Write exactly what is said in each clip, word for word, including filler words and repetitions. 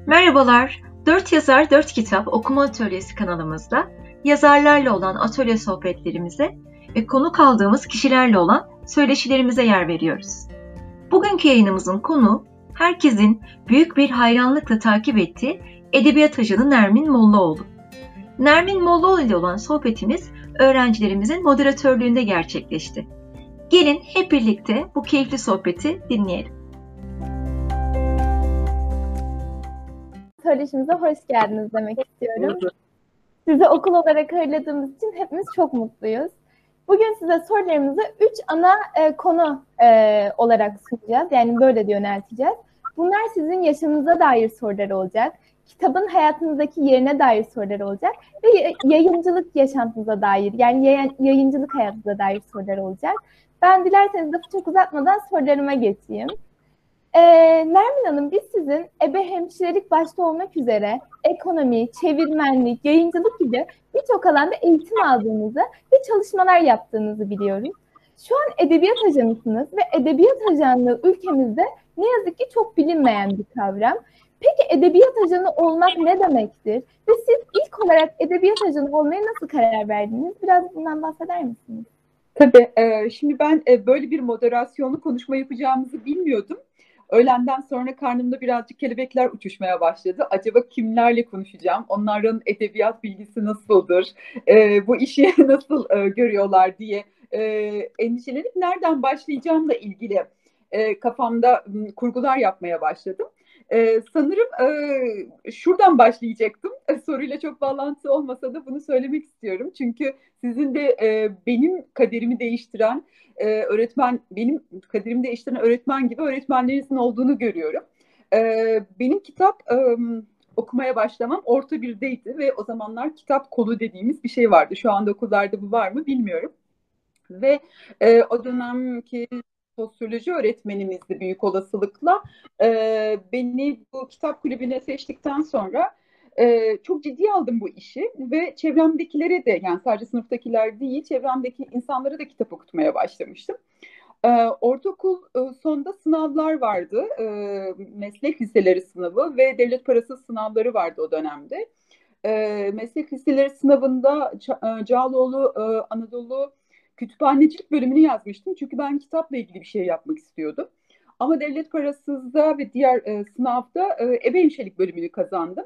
Merhabalar, Dört Yazar Dört Kitap Okuma Atölyesi kanalımızda yazarlarla olan atölye sohbetlerimize ve konuk aldığımız kişilerle olan söyleşilerimize yer veriyoruz. Bugünkü yayınımızın konu herkesin büyük bir hayranlıkla takip ettiği edebiyat ajanı Nermin Mollaoğlu. Nermin Mollaoğlu ile olan sohbetimiz öğrencilerimizin moderatörlüğünde gerçekleşti. Gelin hep birlikte bu keyifli sohbeti dinleyelim. Söyleşimize hoş geldiniz demek istiyorum. Sizi okul olarak ağırladığımız için hepimiz çok mutluyuz. Bugün size sorularımızı üç ana e, konu e, olarak sunacağız. Yani böyle de yönelteceğiz. Bunlar sizin yaşamınıza dair sorular olacak. Kitabın hayatınızdaki yerine dair sorular olacak. Ve yayıncılık yaşantınıza dair, yani yayıncılık hayatınıza dair sorular olacak. Ben dilerseniz lafı çok uzatmadan sorularıma geçeyim. Ee, Nermin Hanım, biz sizin ebe hemşirelik başta olmak üzere ekonomi, çevirmenlik, yayıncılık gibi birçok alanda eğitim aldığınızı ve çalışmalar yaptığınızı biliyoruz. Şu an edebiyat ajanısınız ve edebiyat ajanlığı ülkemizde ne yazık ki çok bilinmeyen bir kavram. Peki edebiyat ajanı olmak ne demektir? Ve siz ilk olarak edebiyat ajanı olmaya nasıl karar verdiniz? Biraz bundan bahseder misiniz? Tabii. E, şimdi ben e, böyle bir moderasyonlu konuşma yapacağımızı bilmiyordum. Öğlenden sonra karnımda birazcık kelebekler uçuşmaya başladı. Acaba kimlerle konuşacağım? Onların edebiyat bilgisi nasıldır? E, bu işi nasıl e, görüyorlar diye e, endişelenip nereden başlayacağımla ilgili e, kafamda m, kurgular yapmaya başladım. E, sanırım e, şuradan başlayacaktım. E, soruyla çok bağlantısı olmasa da bunu söylemek istiyorum. Çünkü sizin de e, benim kaderimi değiştiren Ee, öğretmen, benim kaderimi değiştiren öğretmen gibi öğretmenlerinizin olduğunu görüyorum. Ee, benim kitap e, okumaya başlamam orta birdeydi ve o zamanlar kitap kolu dediğimiz bir şey vardı. Şu anda okullarda bu var mı bilmiyorum. Ve e, o dönemki sosyoloji öğretmenimizdi büyük olasılıkla. E, beni bu kitap kulübüne seçtikten sonra e, çok ciddiye aldım bu işi ve çevremdekilere de, yani sadece sınıftakiler değil, çevremdeki insanlara da kitap okutmaya başlamıştım. E, ortaokul e, sonunda sınavlar vardı. E, meslek liseleri sınavı ve devlet parasız sınavları vardı o dönemde. E, meslek liseleri sınavında Ca- Cağaloğlu e, Anadolu Kütüphanecilik bölümünü yazmıştım. Çünkü ben kitapla ilgili bir şey yapmak istiyordum. Ama devlet parasızda ve diğer e, sınavda e, ebe hemşirelik bölümünü kazandım.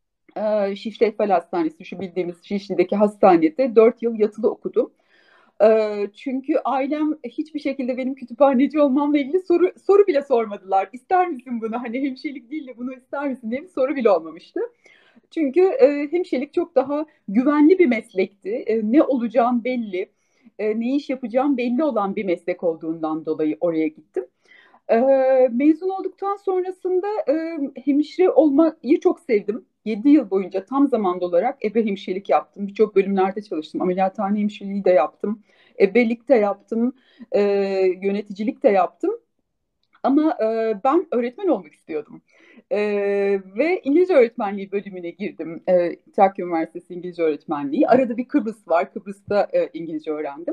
E, Şişli Etfal Hastanesi, şu bildiğimiz Şişli'deki hastanede dört yıl yatılı okudum. E, çünkü ailem hiçbir şekilde benim kütüphaneci olmamla ilgili soru soru bile sormadılar. İster misin bunu? Hani hemşirelik değil de bunu ister misin diye bir soru bile olmamıştı. Çünkü e, hemşirelik çok daha güvenli bir meslekti. E, ne olacağım belli, e, ne iş yapacağım belli olan bir meslek olduğundan dolayı oraya gittim. E, mezun olduktan sonrasında e, hemşire olmayı çok sevdim. Yedi yıl boyunca tam zamanlı olarak ebe hemşirelik yaptım. Birçok bölümlerde çalıştım. Ameliyathane hemşireliği de yaptım. Ebelik de yaptım. E, yöneticilik de yaptım. Ama e, ben öğretmen olmak istiyordum. E, ve İngilizce öğretmenliği bölümüne girdim. E, Trakya Üniversitesi İngilizce öğretmenliği. Arada bir Kıbrıs var. Kıbrıs'ta e, İngilizce öğrendim.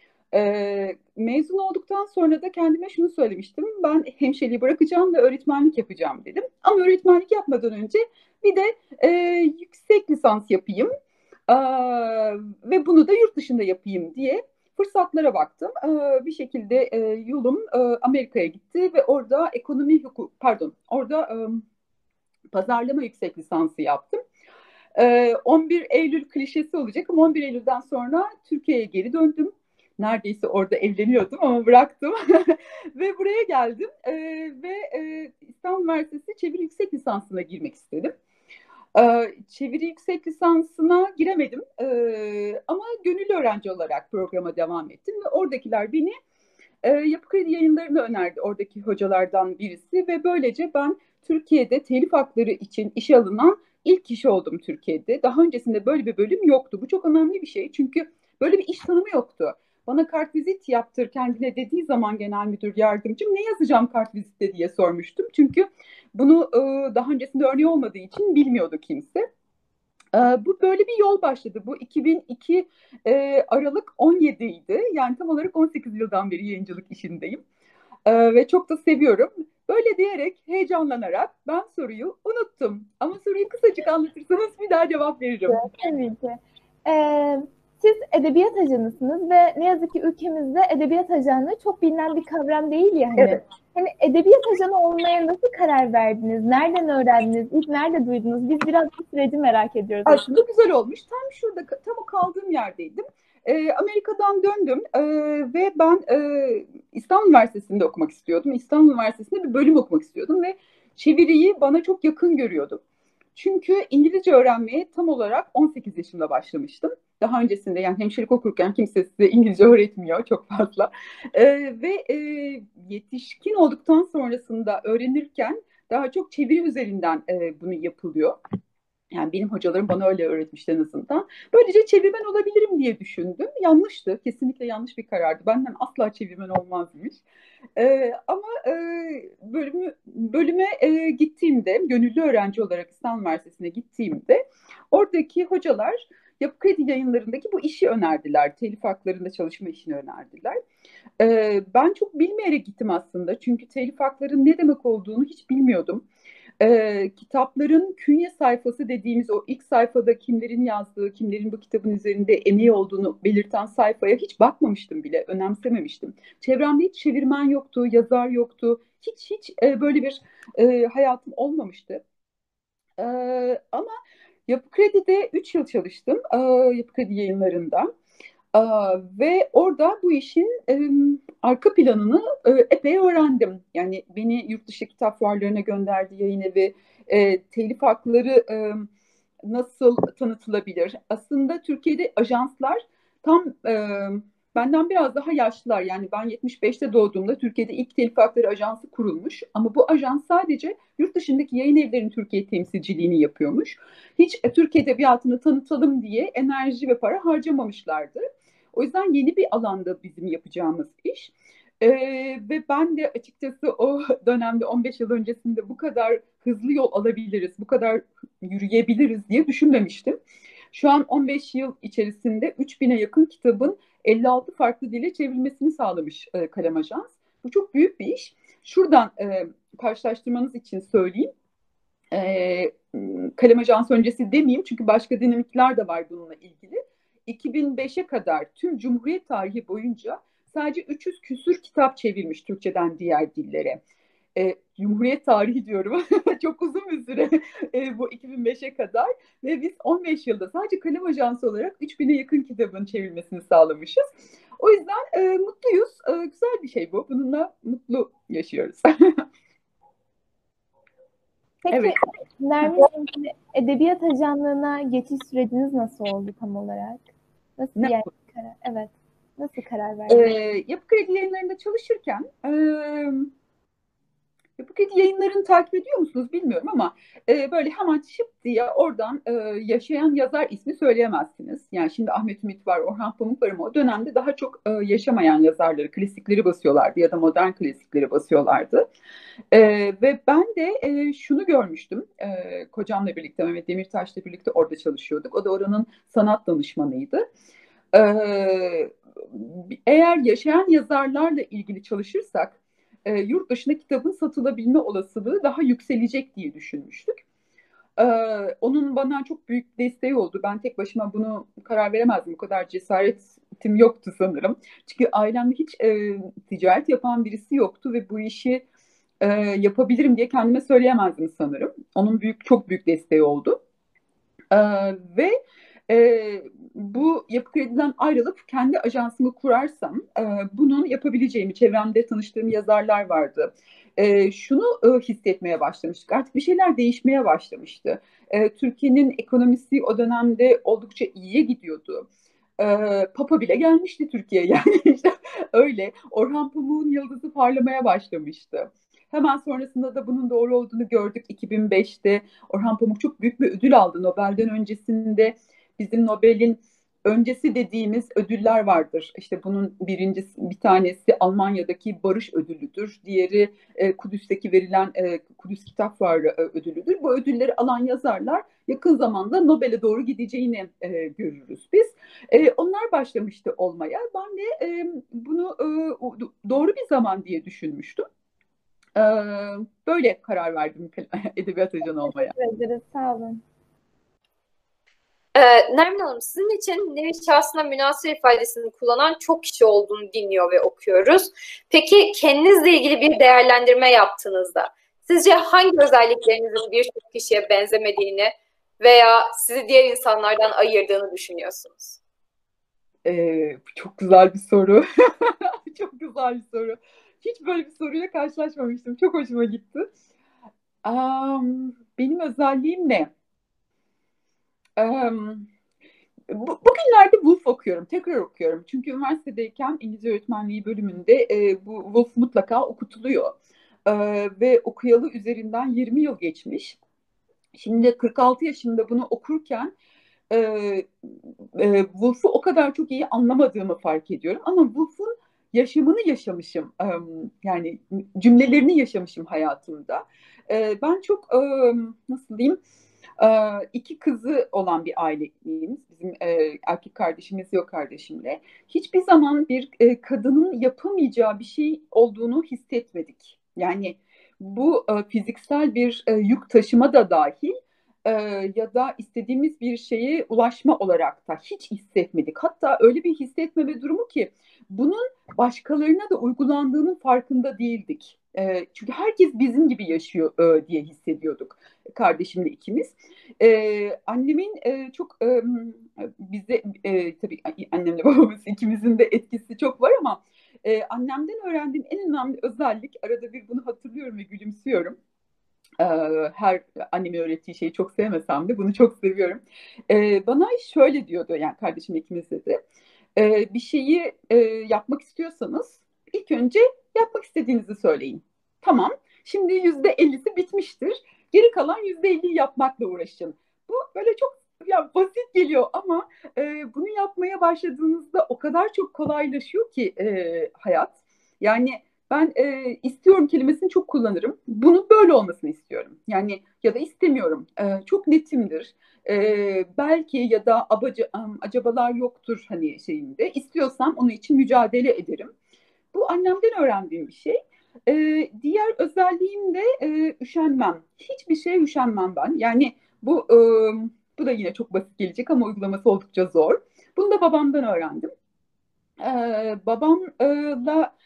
E, mezun olduktan sonra da kendime şunu söylemiştim. Ben hemşireliği bırakacağım ve öğretmenlik yapacağım dedim. Ama öğretmenlik yapmadan önce bir de e, yüksek lisans yapayım. E, ve bunu da yurt dışında yapayım diye fırsatlara baktım. Ee, bir şekilde e, yolum e, Amerika'ya gitti ve orada ekonomi hukuk, pardon, orada e, pazarlama yüksek lisansı yaptım. E, on bir Eylül klişesi olacak ama on bir Eylül'den sonra Türkiye'ye geri döndüm. Neredeyse orada evleniyordum ama bıraktım ve buraya geldim e, ve e, İstanbul Üniversitesi çeviri yüksek lisansına girmek istedim. Çeviri yüksek lisansına giremedim ee, ama gönüllü öğrenci olarak programa devam ettim ve oradakiler beni e, Yapı Kredi Yayınları'na önerdi, oradaki hocalardan birisi ve böylece ben Türkiye'de telif hakları için işe alınan ilk kişi oldum Türkiye'de. Daha öncesinde böyle bir bölüm yoktu. Bu çok önemli bir şey çünkü böyle bir iş tanımı yoktu. Bana kartvizit yaptır kendine dediği zaman genel müdür yardımcım ne yazacağım kartvizitte diye sormuştum. Çünkü bunu e, daha öncesinde örneği olmadığı için bilmiyordu kimse. E, bu böyle bir yol başladı. Bu iki bin iki e, Aralık on yedi idi. Yani tam olarak on sekiz yıldan beri yayıncılık işindeyim. E, ve çok da seviyorum. Böyle Böyle diyerek, heyecanlanarak ben soruyu unuttum. Ama soruyu kısacık anlatırsanız bir daha cevap veririm. Tabii ki. Ee, siz edebiyat ajanısınız ve ne yazık ki ülkemizde edebiyat ajanlığı çok bilinen bir kavram değil ya hani. Evet. Hani edebiyat ajanı olmaya nasıl karar verdiniz? Nereden öğrendiniz? İlk nerede duydunuz? Biz biraz bu süreci merak ediyoruz. Aslında güzel olmuş. Tam şurada, tam o kaldığım yerdeydim. Ee, Amerika'dan döndüm ee, ve ben e, İstanbul Üniversitesi'nde okumak istiyordum. İstanbul Üniversitesi'nde bir bölüm okumak istiyordum ve çeviriyi bana çok yakın görüyordum. Çünkü İngilizce öğrenmeye tam olarak on sekiz yaşımda başlamıştım. Daha öncesinde, yani hemşirelik okurken kimse size İngilizce öğretmiyor çok fazla. Ee, ve e, yetişkin olduktan sonrasında öğrenirken daha çok çeviri üzerinden e, bunu yapılıyor. Yani benim hocalarım bana öyle öğretmişti en azından. Böylece çevirmen olabilirim diye düşündüm. Yanlıştı. Kesinlikle yanlış bir karardı. Benden asla çevirmen olmazmış. Ee, ama e, bölümü, bölüme e, gittiğimde, gönüllü öğrenci olarak İstanbul Üniversitesi'ne gittiğimde oradaki hocalar Yapı Kredi Yayınları'ndaki bu işi önerdiler. Telif haklarında çalışma işini önerdiler. Ee, ben çok bilmeyerek gittim aslında. Çünkü telif hakların ne demek olduğunu hiç bilmiyordum. Ee, kitapların künye sayfası dediğimiz o ilk sayfada kimlerin yazdığı, kimlerin bu kitabın üzerinde emeği olduğunu belirten sayfaya hiç bakmamıştım bile, önemsememiştim. Çevremde hiç çevirmen yoktu, yazar yoktu. Hiç hiç e, böyle bir e, hayatım olmamıştı. E, ama Yapı Kredi'de üç yıl çalıştım, e, Yapı Kredi Yayınları'nda. Aa, ve orada bu işin e, arka planını e, epey öğrendim. Yani beni yurt dışı kitap fuarlarına gönderdi yayın evi. E, telif hakları e, nasıl tanıtılabilir? Aslında Türkiye'de ajanslar tam e, benden biraz daha yaşlılar. Yani ben yetmiş beşte doğduğumda Türkiye'de ilk telif hakları ajansı kurulmuş. Ama bu ajans sadece yurt dışındaki yayın evlerinin Türkiye temsilciliğini yapıyormuş. Hiç e, Türk edebiyatını tanıtalım diye enerji ve para harcamamışlardı. O yüzden yeni bir alanda bizim yapacağımız iş. Ee, ve ben de açıkçası o dönemde on beş yıl öncesinde bu kadar hızlı yol alabiliriz, bu kadar yürüyebiliriz diye düşünmemiştim. Şu an on beş yıl içerisinde üç bine yakın kitabın elli altı farklı dile çevrilmesini sağlamış e, Kalem Ajans. Bu çok büyük bir iş. Şuradan e, karşılaştırmanız için söyleyeyim. E, Kalem Ajans öncesi demeyeyim çünkü başka dinamikler de var bununla ilgili. iki bin beşe kadar tüm Cumhuriyet tarihi boyunca sadece üç yüz küsür kitap çevirmiş Türkçeden diğer dillere. E, Cumhuriyet tarihi diyorum. Çok uzun bir süre e, bu iki bin beşe kadar. Ve biz on beş yılda sadece Kalem Ajansı olarak üç bine yakın kitabın çevrilmesini sağlamışız. O yüzden e, mutluyuz. E, güzel bir şey bu. Bununla mutlu yaşıyoruz. Peki Evet. Nermin Hanım, edebiyat ajanlığına geçiş süreciniz nasıl oldu tam olarak? Nasıl Ne- yani karar? Evet. Nasıl karar E, verdiniz? Yapı Kredi Yayınları'nda çalışırken e, Yapı Kredi Yayınları'nı takip ediyor musunuz bilmiyorum ama e, böyle hemen şıp diye oradan e, yaşayan yazar ismi söyleyemezsiniz. Yani şimdi Ahmet Ümit var, Orhan Pamuk var ama o dönemde daha çok e, yaşamayan yazarları, klasikleri basıyorlardı ya da modern klasikleri basıyorlardı. E, ve ben de e, şunu görmüştüm, e, kocamla birlikte, Mehmet Demirtaş'la birlikte orada çalışıyorduk. O da oranın sanat danışmanıydı. E, eğer yaşayan yazarlarla ilgili çalışırsak, e, yurt dışında kitabın satılabilme olasılığı daha yükselecek diye düşünmüştük. E, onun bana çok büyük desteği oldu. Ben tek başıma bunu karar veremezdim. O kadar cesaretim yoktu sanırım. Çünkü ailemde hiç e, ticaret yapan birisi yoktu ve bu işi e, yapabilirim diye kendime söyleyemezdim sanırım. Onun büyük, çok büyük desteği oldu. E, ve e, bu Yapı Kredi'den ayrılıp kendi ajansımı kurarsam e, bunun yapabileceğimi, çevremde tanıştığım yazarlar vardı. E, şunu e, hissetmeye başlamıştık. Artık bir şeyler değişmeye başlamıştı. E, Türkiye'nin ekonomisi o dönemde oldukça iyiye gidiyordu. E, Papa bile gelmişti Türkiye'ye yani işte öyle. Orhan Pamuk'un yıldızı parlamaya başlamıştı. Hemen sonrasında da bunun doğru olduğunu gördük. iki bin beşte Orhan Pamuk çok büyük bir ödül aldı. Nobel'den öncesinde bizim Nobel'in öncesi dediğimiz ödüller vardır. İşte bunun birincisi, bir tanesi Almanya'daki Barış Ödülüdür. Diğeri e, Kudüs'teki verilen e, Kudüs Kitap Fuarı e, ödülüdür. Bu ödülleri alan yazarlar yakın zamanda Nobel'e doğru gideceğini e, görürüz biz. E, onlar başlamıştı olmaya. Ben de e, bunu e, doğru bir zaman diye düşünmüştüm. Ee, Böyle karar verdim edebiyat ajanı olmaya. Teşekkür ederiz. Sağ olun. Ee, Nermin Hanım, sizin için nevi şahsına münhasır ifadesini kullanan çok kişi olduğunu dinliyor ve okuyoruz. Peki kendinizle ilgili bir değerlendirme yaptığınızda sizce hangi özelliklerinizin birçok kişiye benzemediğini veya sizi diğer insanlardan ayırdığını düşünüyorsunuz? Ee, çok güzel bir soru. Çok güzel bir soru. Hiç böyle bir soruyla karşılaşmamıştım. Çok hoşuma gitti. Um, benim özelliğim ne? Um, bu, bugünlerde Woolf okuyorum. Tekrar okuyorum. Çünkü üniversitedeyken İngilizce öğretmenliği bölümünde e, bu Woolf mutlaka okutuluyor. E, ve okuyalı üzerinden yirmi yıl geçmiş. Şimdi kırk altı yaşımda bunu okurken e, e, Woolf'u o kadar çok iyi anlamadığımı fark ediyorum. Ama Woolf'un yaşamını yaşamışım. E, yani cümlelerini yaşamışım hayatımda. E, ben çok e, nasıl diyeyim, e, iki kızı olan bir aileyiz. Bizim e, erkek kardeşimiz yok kardeşimle. Hiçbir zaman bir e, kadının yapamayacağı bir şey olduğunu hissetmedik. Yani bu e, fiziksel bir e, yük taşıma da dahil e, ya da istediğimiz bir şeye ulaşma olarak da hiç hissetmedik. Hatta öyle bir hissetmeme durumu ki bunun başkalarına da uygulandığının farkında değildik. E, çünkü herkes bizim gibi yaşıyor e, diye hissediyorduk kardeşimle ikimiz. E, annemin e, çok e, bize e, tabii annemle babamız ikimizin de etkisi çok var ama Ee, annemden öğrendiğim en önemli özellik, arada bir bunu hatırlıyorum ve gülümsüyorum. Ee, her annemin öğrettiği şeyi çok sevmesem de bunu çok seviyorum. Ee, bana şöyle diyordu, yani kardeşim ikimize de. Ee, bir şeyi e, yapmak istiyorsanız ilk önce yapmak istediğinizi söyleyin. Tamam, şimdi yüzde ellisi bitmiştir. Geri kalan yüzde elliyi yapmakla uğraşın. Bu böyle çok ya basit geliyor ama e, bunu yapmaya başladığınızda o kadar çok kolaylaşıyor ki e, hayat. Yani ben e, istiyorum kelimesini çok kullanırım. Bunun böyle olmasını istiyorum. Yani ya da istemiyorum. E, çok netimdir. E, belki ya da abaca, acabalar yoktur hani şeyinde. İstiyorsam onun için mücadele ederim. Bu annemden öğrendiğim bir şey. E, Diğer özelliğim de e, üşenmem. Hiçbir şeye üşenmem ben. Yani bu e, bu da yine çok basit gelecek ama uygulaması oldukça zor. Bunu da babamdan öğrendim. Ee, babamla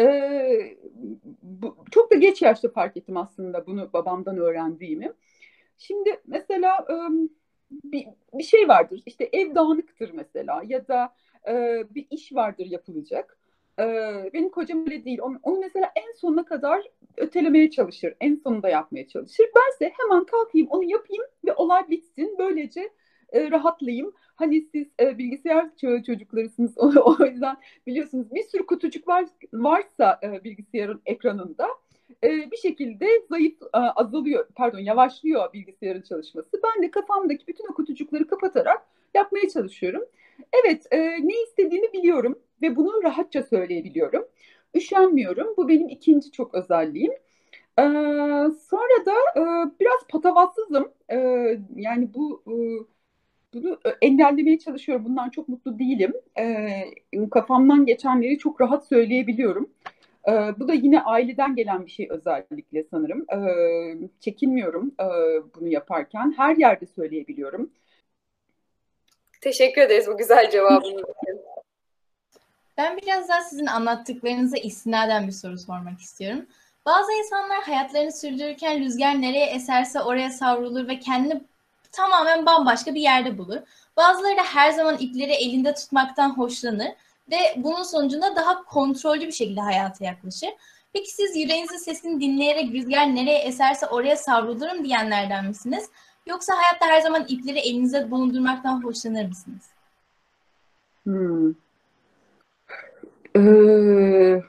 e, bu, çok da geç yaşta fark ettim aslında bunu babamdan öğrendiğimi. Şimdi mesela e, bir, bir şey vardır, işte ev dağınıktır mesela ya da e, bir iş vardır yapılacak. E, Benim kocam öyle değil. Onu, onu mesela en sonuna kadar ötelemeye çalışır, en sonunda yapmaya çalışır. Bense hemen kalkayım, onu yapayım ve olay bitsin. Böylece e, rahatlayayım. Hani siz e, bilgisayar çağı çocuklarısınız, o, o yüzden biliyorsunuz bir sürü kutucuk var, varsa e, bilgisayarın ekranında e, bir şekilde zayıf e, azalıyor, pardon yavaşlıyor bilgisayarın çalışması. Ben de kafamdaki bütün o kutucukları kapatarak yapmaya çalışıyorum. Evet, e, ne istediğimi biliyorum ve bunu rahatça söyleyebiliyorum. Üşenmiyorum. Bu benim ikinci çok özelliğim. Ee, Sonra da e, biraz patavatsızım. Ee, yani bu e, bunu engellemeye çalışıyorum. Bundan çok mutlu değilim. Ee, kafamdan geçenleri çok rahat söyleyebiliyorum. Ee, bu da yine aileden gelen bir şey özellikle sanırım. Ee, çekinmiyorum e, bunu yaparken. Her yerde söyleyebiliyorum. Teşekkür ederiz bu güzel cevabınız için. Ben biraz daha sizin anlattıklarınıza istinaden bir soru sormak istiyorum. Bazı insanlar hayatlarını sürdürürken rüzgar nereye eserse oraya savrulur ve kendini tamamen bambaşka bir yerde bulur. Bazıları da her zaman ipleri elinde tutmaktan hoşlanır ve bunun sonucunda daha kontrollü bir şekilde hayata yaklaşır. Peki siz yüreğinizin sesini dinleyerek rüzgar nereye eserse oraya savrulurum diyenlerden misiniz? Yoksa hayatta her zaman ipleri elinizde bulundurmaktan hoşlanır mısınız? Hmm. Ee,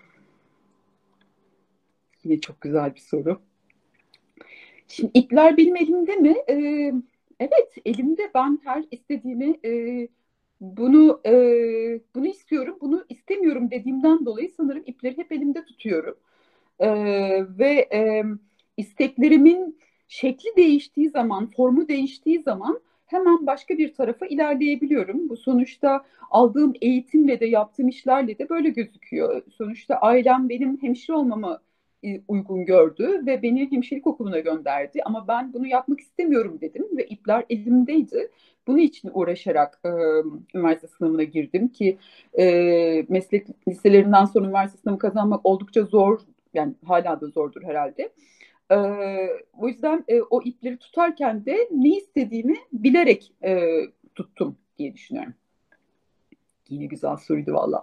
Yine çok güzel bir soru. Şimdi ipler benim elimde mi? Ee, evet, elimde. Ben her istediğimi e, bunu e, bunu istiyorum, bunu istemiyorum dediğimden dolayı sanırım ipleri hep elimde tutuyorum. Ee, ve e, isteklerimin şekli değiştiği zaman, formu değiştiği zaman hemen başka bir tarafa ilerleyebiliyorum. Bu sonuçta aldığım eğitimle de yaptığım işlerle de böyle gözüküyor. Sonuçta ailem benim hemşire olmamı uygun gördü ve beni hemşirelik okuluna gönderdi. Ama ben bunu yapmak istemiyorum dedim ve ipler elimdeydi. Bunun için uğraşarak e, üniversite sınavına girdim ki e, meslek liselerinden sonra üniversite sınavı kazanmak oldukça zor, yani hala da zordur herhalde. E, o yüzden e, o ipleri tutarken de ne istediğimi bilerek e, tuttum diye düşünüyorum. Yine güzel soruydu valla.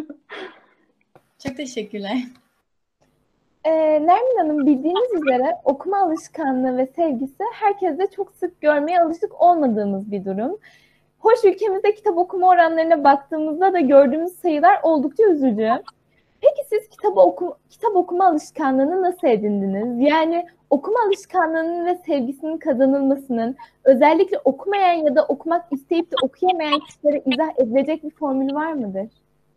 Çok teşekkürler. Ee, Nermin Hanım, bildiğiniz üzere okuma alışkanlığı ve sevgisi herkeste çok sık görmeye alışık olmadığımız bir durum. Hoş, ülkemizde kitap okuma oranlarına baktığımızda da gördüğümüz sayılar oldukça üzücü. Peki siz kitap, oku, kitap okuma alışkanlığını nasıl edindiniz? Yani okuma alışkanlığının ve sevgisinin kazanılmasının özellikle okumayan ya da okumak isteyip de okuyamayan kişilere izah edilecek bir formülü var mıdır?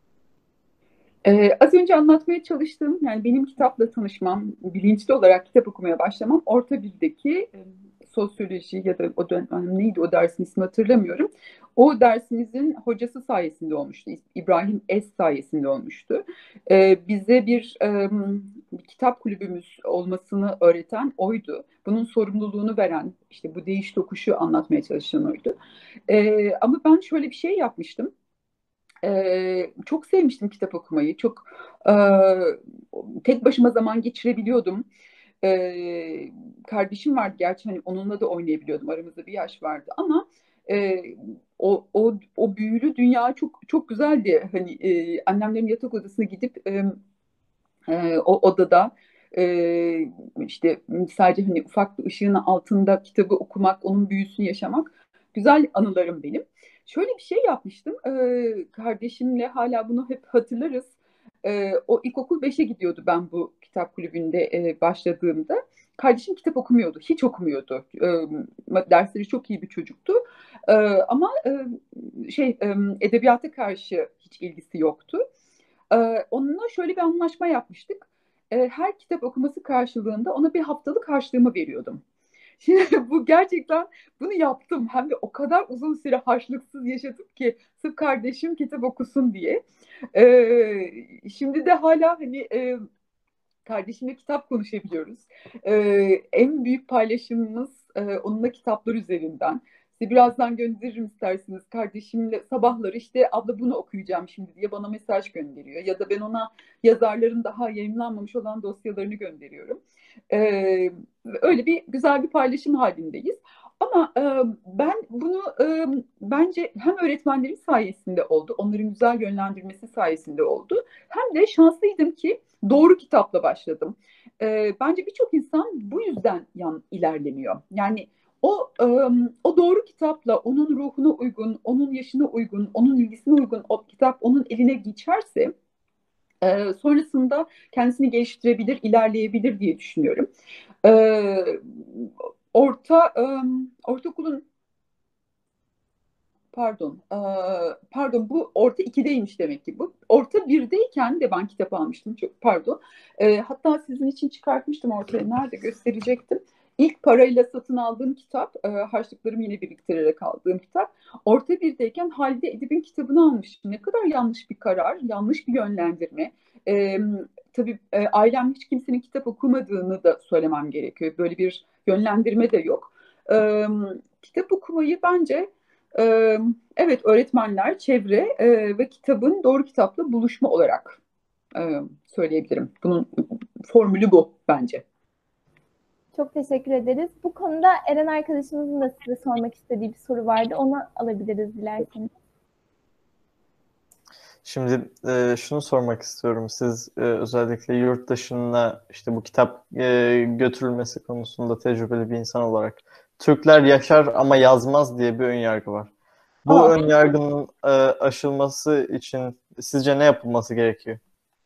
Ee, az önce anlatmaya çalıştığım, yani benim kitapla tanışmam, bilinçli olarak kitap okumaya başlamam, orta birdeki e, sosyoloji ya da o dönem neydi o dersin ismi hatırlamıyorum. O dersimizin hocası sayesinde olmuştu. İbrahim Es sayesinde olmuştu. Ee, bize bir, e, bir kitap kulübümüz olmasını öğreten oydu. Bunun sorumluluğunu veren, işte bu değiş tokuşu anlatmaya çalışan oydu. Ee, ama ben şöyle bir şey yapmıştım. Ee, çok sevmiştim kitap okumayı. Çok e, tek başıma zaman geçirebiliyordum. Ee, kardeşim vardı gerçi, hani onunla da oynayabiliyordum. Aramızda bir yaş vardı ama e, o o o büyülü dünya çok çok güzeldi. Hani e, annemlerin yatak odasına gidip e, e, o odada e, işte sadece hani ufak bir ışığın altında kitabı okumak, onun büyüsünü yaşamak güzel anılarım benim. Şöyle bir şey yapmıştım. Ee, kardeşimle hala bunu hep hatırlarız. Ee, o ilkokul beşe gidiyordu ben bu kitap kulübünde e, başladığımda. Kardeşim kitap okumuyordu. Hiç okumuyordu. Ee, dersleri çok iyi bir çocuktu. Ee, ama e, şey e, edebiyata karşı hiç ilgisi yoktu. Ee, onunla şöyle bir anlaşma yapmıştık. Ee, her kitap okuması karşılığında ona bir haftalık harçlığımı veriyordum. Şimdi bu gerçekten bunu yaptım. Hem de o kadar uzun süre harçlıksız yaşadım ki sırf kardeşim kitap okusun diye. Ee, şimdi de hala hani e, kardeşimle kitap konuşabiliyoruz. Ee, en büyük paylaşımımız e, onunla kitaplar üzerinden. Size birazdan gönderirim isterseniz. Kardeşimle sabahları işte abla bunu okuyacağım şimdi diye bana mesaj gönderiyor. Ya da ben ona yazarların daha yayınlanmamış olan dosyalarını gönderiyorum. Ee, öyle bir güzel bir paylaşım halindeyiz. Ama e, ben bunu e, bence hem öğretmenlerin sayesinde oldu, onların güzel yönlendirmesi sayesinde oldu. Hem de şanslıydım ki doğru kitapla başladım. E, bence birçok insan bu yüzden yan ilerlemiyor. Yani o e, o doğru kitapla onun ruhuna uygun, onun yaşına uygun, onun ilgisine uygun o kitap onun eline geçerse e, sonrasında kendisini geliştirebilir, ilerleyebilir diye düşünüyorum. E, orta e, ortaokulun Pardon, e, pardon bu orta ikideymiş demek ki bu. Orta birdeyken de ben kitap almıştım, çok pardon. E, hatta sizin için çıkartmıştım ortaya, nerede gösterecektim. İlk parayla satın aldığım kitap, e, harçlıklarımı yine biriktirerek aldığım kitap. Orta birdeyken Halide Edip'in kitabını almıştım. Ne kadar yanlış bir karar, yanlış bir yönlendirme. E, tabii e, ailem hiç kimsenin kitap okumadığını da söylemem gerekiyor. Böyle bir yönlendirme de yok. E, kitap okumayı bence Ee, evet, öğretmenler, çevre e, ve kitabın doğru kitapla buluşma olarak e, söyleyebilirim. Bunun formülü bu bence. Çok teşekkür ederiz. Bu konuda Eren arkadaşımızın da size sormak istediği bir soru vardı. Onu alabiliriz dilerseniz. Şimdi e, şunu sormak istiyorum. Siz e, özellikle yurt dışına işte bu kitap e, götürülmesi konusunda tecrübeli bir insan olarak Türkler yaşar ama yazmaz diye bir önyargı var. Bu Aa. önyargının e, aşılması için sizce ne yapılması gerekiyor?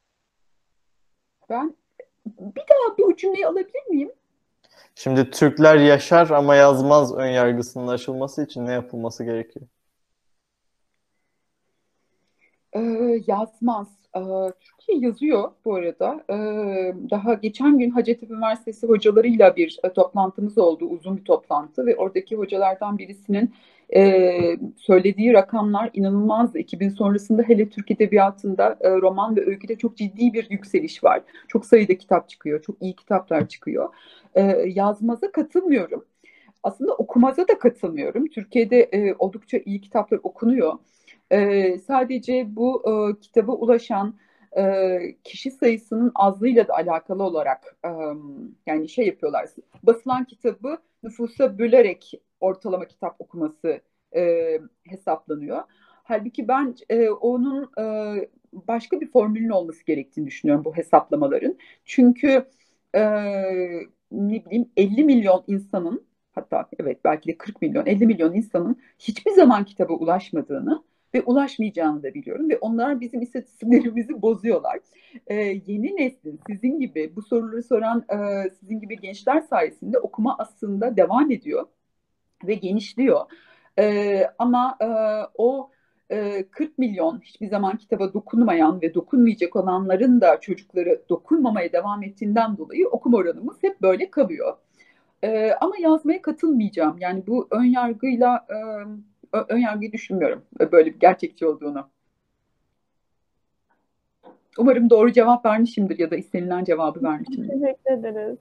Ben bir daha bir cümleyi alabilir miyim? Şimdi Türkler yaşar ama yazmaz önyargısının aşılması için ne yapılması gerekiyor? Ee, yazmaz. Ee, Türkiye yazıyor bu arada. Ee, daha geçen gün Hacettepe Üniversitesi hocalarıyla bir e, toplantımız oldu. Uzun bir toplantı ve oradaki hocalardan birisinin Ee, söylediği rakamlar inanılmazdı. iki bin sonrasında hele Türk Edebiyatı'nda e, roman ve öyküde çok ciddi bir yükseliş var. Çok sayıda kitap çıkıyor, çok iyi kitaplar çıkıyor. Ee, yazmaza katılmıyorum. Aslında okumaza da katılmıyorum. Türkiye'de e, oldukça iyi kitaplar okunuyor. E, sadece bu e, kitaba ulaşan e, kişi sayısının azlığıyla da alakalı olarak e, yani şey yapıyorlar. Basılan kitabı nüfusa bölerek ortalama kitap okuması e, hesaplanıyor. Halbuki ben e, onun e, başka bir formülün olması gerektiğini düşünüyorum bu hesaplamaların. Çünkü e, ne bileyim elli milyon insanın, hatta evet belki de kırk milyon, elli milyon insanın hiçbir zaman kitaba ulaşmadığını ve ulaşmayacağını da biliyorum ve onlar bizim istatistiklerimizi bozuyorlar. Ee, yeni neslin sizin gibi bu soruları soran e, sizin gibi gençler sayesinde okuma aslında devam ediyor ve genişliyor. Ee, ama e, o e, kırk milyon hiçbir zaman kitaba dokunmayan ve dokunmayacak olanların da çocukları dokunmamaya devam ettiğinden dolayı okuma oranımız hep böyle kalıyor. Ee, ama yazmaya katılmayacağım. Yani bu ön yargıyla e, ön yargıyı düşünmüyorum böyle bir gerçekçi olduğunu. Umarım doğru cevap vermişimdir ya da istenilen cevabı vermişimdir. Teşekkür ederiz.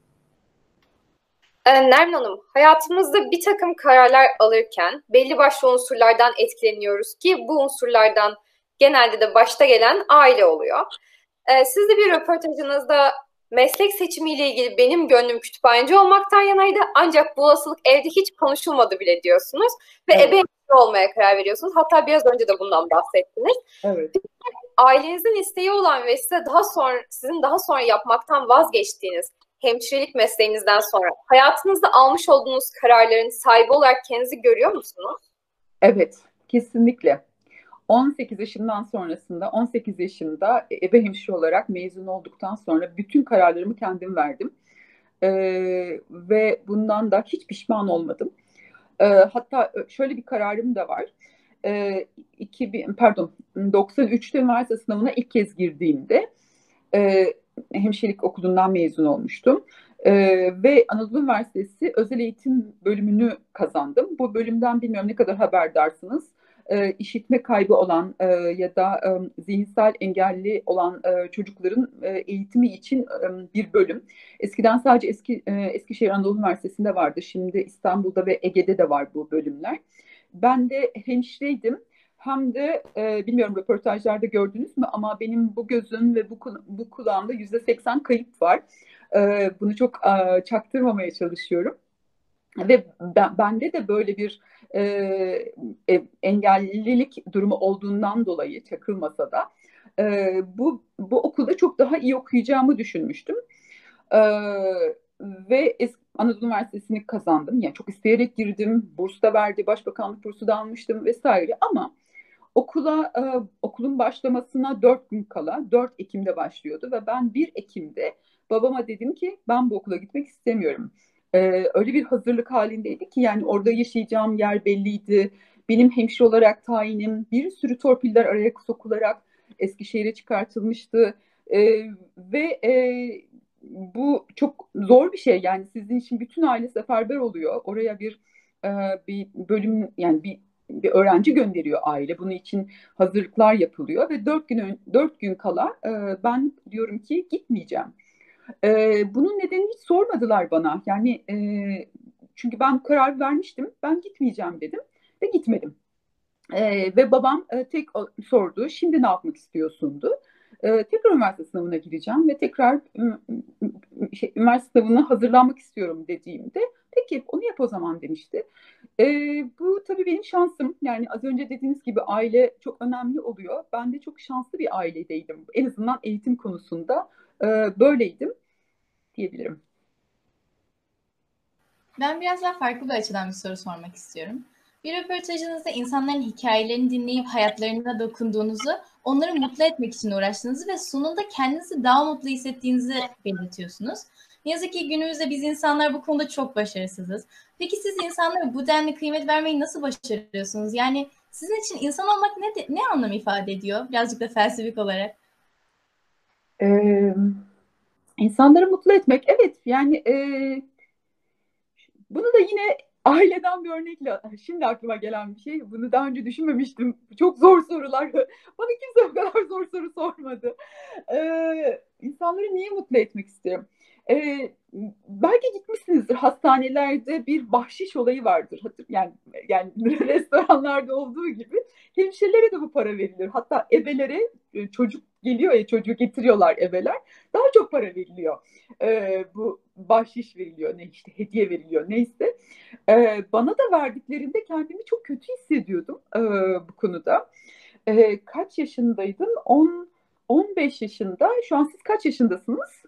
Ee, Nermin Hanım, hayatımızda bir takım kararlar alırken belli başlı unsurlardan etkileniyoruz ki bu unsurlardan genelde de başta gelen aile oluyor. Ee, siz de bir röportajınızda meslek seçimiyle ilgili benim gönlüm kütüphaneci olmaktan yanaydı ancak bu olasılık evde hiç konuşulmadı bile diyorsunuz ve Evet. ebeveyn olmaya karar veriyorsunuz. Hatta biraz önce de bundan bahsettiniz. Evet. Ailenizin isteği olan ve size daha sonra sizin daha sonra yapmaktan vazgeçtiğiniz hemşirelik mesleğinizden sonra hayatınızda almış olduğunuz kararların sahibi olarak kendinizi görüyor musunuz? Evet, kesinlikle. on sekiz yaşından sonrasında, on sekiz yaşında ebe hemşire olarak mezun olduktan sonra bütün kararlarımı kendim verdim. Ee, ve bundan da hiç pişman olmadım. Ee, hatta şöyle bir kararım da var. Ee, iki bin, pardon, doksan üçte üniversite sınavına ilk kez girdiğimde e, hemşirelik okulundan mezun olmuştum. Ee, ve Anadolu Üniversitesi Özel Eğitim bölümünü kazandım. Bu bölümden bilmiyorum ne kadar haberdarsınız. E, işitme kaybı olan e, ya da e, zihinsel engelli olan e, çocukların e, eğitimi için e, bir bölüm. Eskiden sadece eski e, Eskişehir Anadolu Üniversitesi'nde vardı. Şimdi İstanbul'da ve Ege'de de var bu bölümler. Ben de hemşireydim. Hem de e, bilmiyorum röportajlarda gördünüz mü ama benim bu gözüm ve bu, bu kulağımda yüzde seksen kayıp var. E, bunu çok e, çaktırmamaya çalışıyorum. Ve ben, bende de böyle bir e, e, engellilik durumu olduğundan dolayı çakılmasa da e, bu, bu okulda çok daha iyi okuyacağımı düşünmüştüm. E, ve es- Anadolu Üniversitesi'ni kazandım. Yani çok isteyerek girdim. Burs da verdi. Başbakanlık bursu da almıştım vesaire. Ama okula e, okulun başlamasına dört gün kala dört Ekim'de başlıyordu ve ben bir Ekim'de babama dedim ki ben bu okula gitmek istemiyorum. E, öyle bir hazırlık halindeydi ki yani orada yaşayacağım yer belliydi. Benim hemşire olarak tayinim bir sürü torpiller araya sokularak Eskişehir'e çıkartılmıştı. E, ve e, bu çok zor bir şey yani sizin için bütün aile seferber oluyor. Oraya bir e, bir bölüm yani bir bir öğrenci gönderiyor aile. Bunun için hazırlıklar yapılıyor ve dört gün dört gün kala e, ben diyorum ki gitmeyeceğim. E, bunun nedenini hiç sormadılar bana. Yani e, çünkü ben karar vermiştim. Ben gitmeyeceğim dedim ve gitmedim. E, ve babam e, tek sordu. Şimdi ne yapmak istiyorsundu? E, tekrar üniversite sınavına gireceğim ve tekrar şey, üniversite sınavına hazırlanmak istiyorum dediğimde peki onu yap o zaman demişti. E, bu tabii benim şansım. Yani az önce dediğiniz gibi aile çok önemli oluyor. Ben de çok şanslı bir ailedeydim. En azından eğitim konusunda e, böyleydim diyebilirim. Ben biraz daha farklı bir açıdan bir soru sormak istiyorum. Bir röportajınızda insanların hikayelerini dinleyip hayatlarına dokunduğunuzu, onları mutlu etmek için uğraştığınızı ve sonunda kendinizi daha mutlu hissettiğinizi belirtiyorsunuz. Ne yazık ki günümüzde biz insanlar bu konuda çok başarısızız. Peki siz insanlara bu denli kıymet vermeyi nasıl başarıyorsunuz? Yani sizin için insan olmak ne, de, ne anlam ifade ediyor? Birazcık da felsefik olarak. Ee, insanları mutlu etmek, evet yani e, bunu da yine aileden bir örnekle şimdi aklıma gelen bir şey. Bunu daha önce düşünmemiştim. Çok zor sorular. Bana kimse o kadar zor soru sormadı. Ee, insanları niye mutlu etmek istiyorum? Ee, belki gitmişsinizdir, hastanelerde bir bahşiş olayı vardır. Yani, yani restoranlarda olduğu gibi hemşirelere de bu para verilir. Hatta ebelere, çocuk geliyor ya, çocuğu getiriyorlar ebeler. Daha çok para veriliyor. Ee, bu bahşiş veriliyor, ne işte hediye veriliyor neyse. Ee, bana da verdiklerinde kendimi çok kötü hissediyordum e, bu konuda. E, kaç yaşındaydın? on, on beş yaşında. Şu an siz kaç yaşındasınız?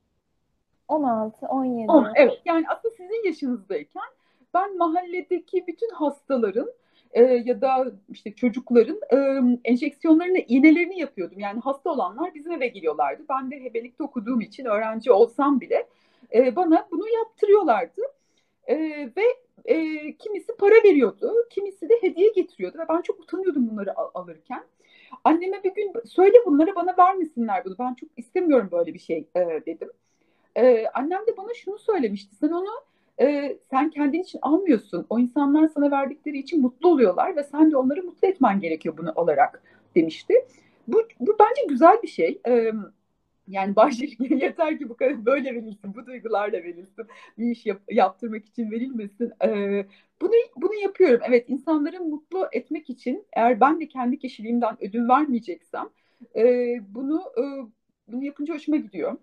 on altı, on yedi. on, evet, yani aslında sizin yaşınızdayken ben mahalledeki bütün hastaların e, ya da işte çocukların e, enjeksiyonlarını, iğnelerini yapıyordum. Yani hasta olanlar bizim eve geliyorlardı. Ben de hebelikte okuduğum için öğrenci olsam bile e, bana bunu yaptırıyorlardı. E, ve e, kimisi para veriyordu, kimisi de hediye getiriyordu ve ben çok utanıyordum bunları al- alırken. Anneme bir gün söyle bunları bana vermesinler bunu. Ben çok istemiyorum böyle bir şey e, dedim. Ee, annem de bana şunu söylemişti. Sen onu e, sen kendin için almıyorsun. O insanlar sana verdikleri için mutlu oluyorlar ve sen de onları mutlu etmen gerekiyor bunu alarak demişti. Bu, bu bence güzel bir şey. Ee, yani bahşiş yeter ki bu kadar böyle verilsin, bu duygularla verilsin. Bir iş yap, yaptırmak için verilmesin. Ee, bunu bunu yapıyorum. Evet, insanları mutlu etmek için eğer ben de kendi kişiliğimden ödün vermeyeceksem e, bunu e, bunu yapınca hoşuma gidiyor.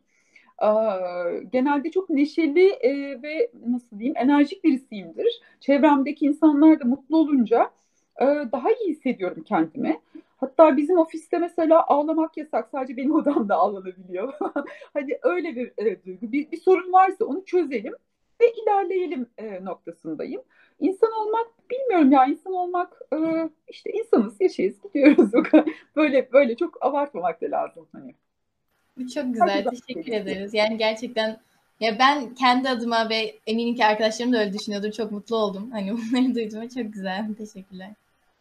Genelde çok neşeli e, ve nasıl diyeyim, enerjik birisiyimdir. Çevremdeki insanlar da mutlu olunca e, daha iyi hissediyorum kendimi. Hatta bizim ofiste mesela ağlamak yasak. Sadece benim odamda ağlanabiliyor. Hani öyle bir e, duygu. Bir, bir sorun varsa onu çözelim ve ilerleyelim e, noktasındayım. İnsan olmak, bilmiyorum ya, insan olmak e, işte insanız, yaşayız, gidiyoruz. Böyle böyle çok abartmamak da lazım hani. Bu çok güzel. Teşekkür ederiz. Yani gerçekten ya ben kendi adıma ve eminim ki arkadaşlarım da öyle düşünüyordur. Çok mutlu oldum. Hani bunları duyduğuma çok güzel. Teşekkürler.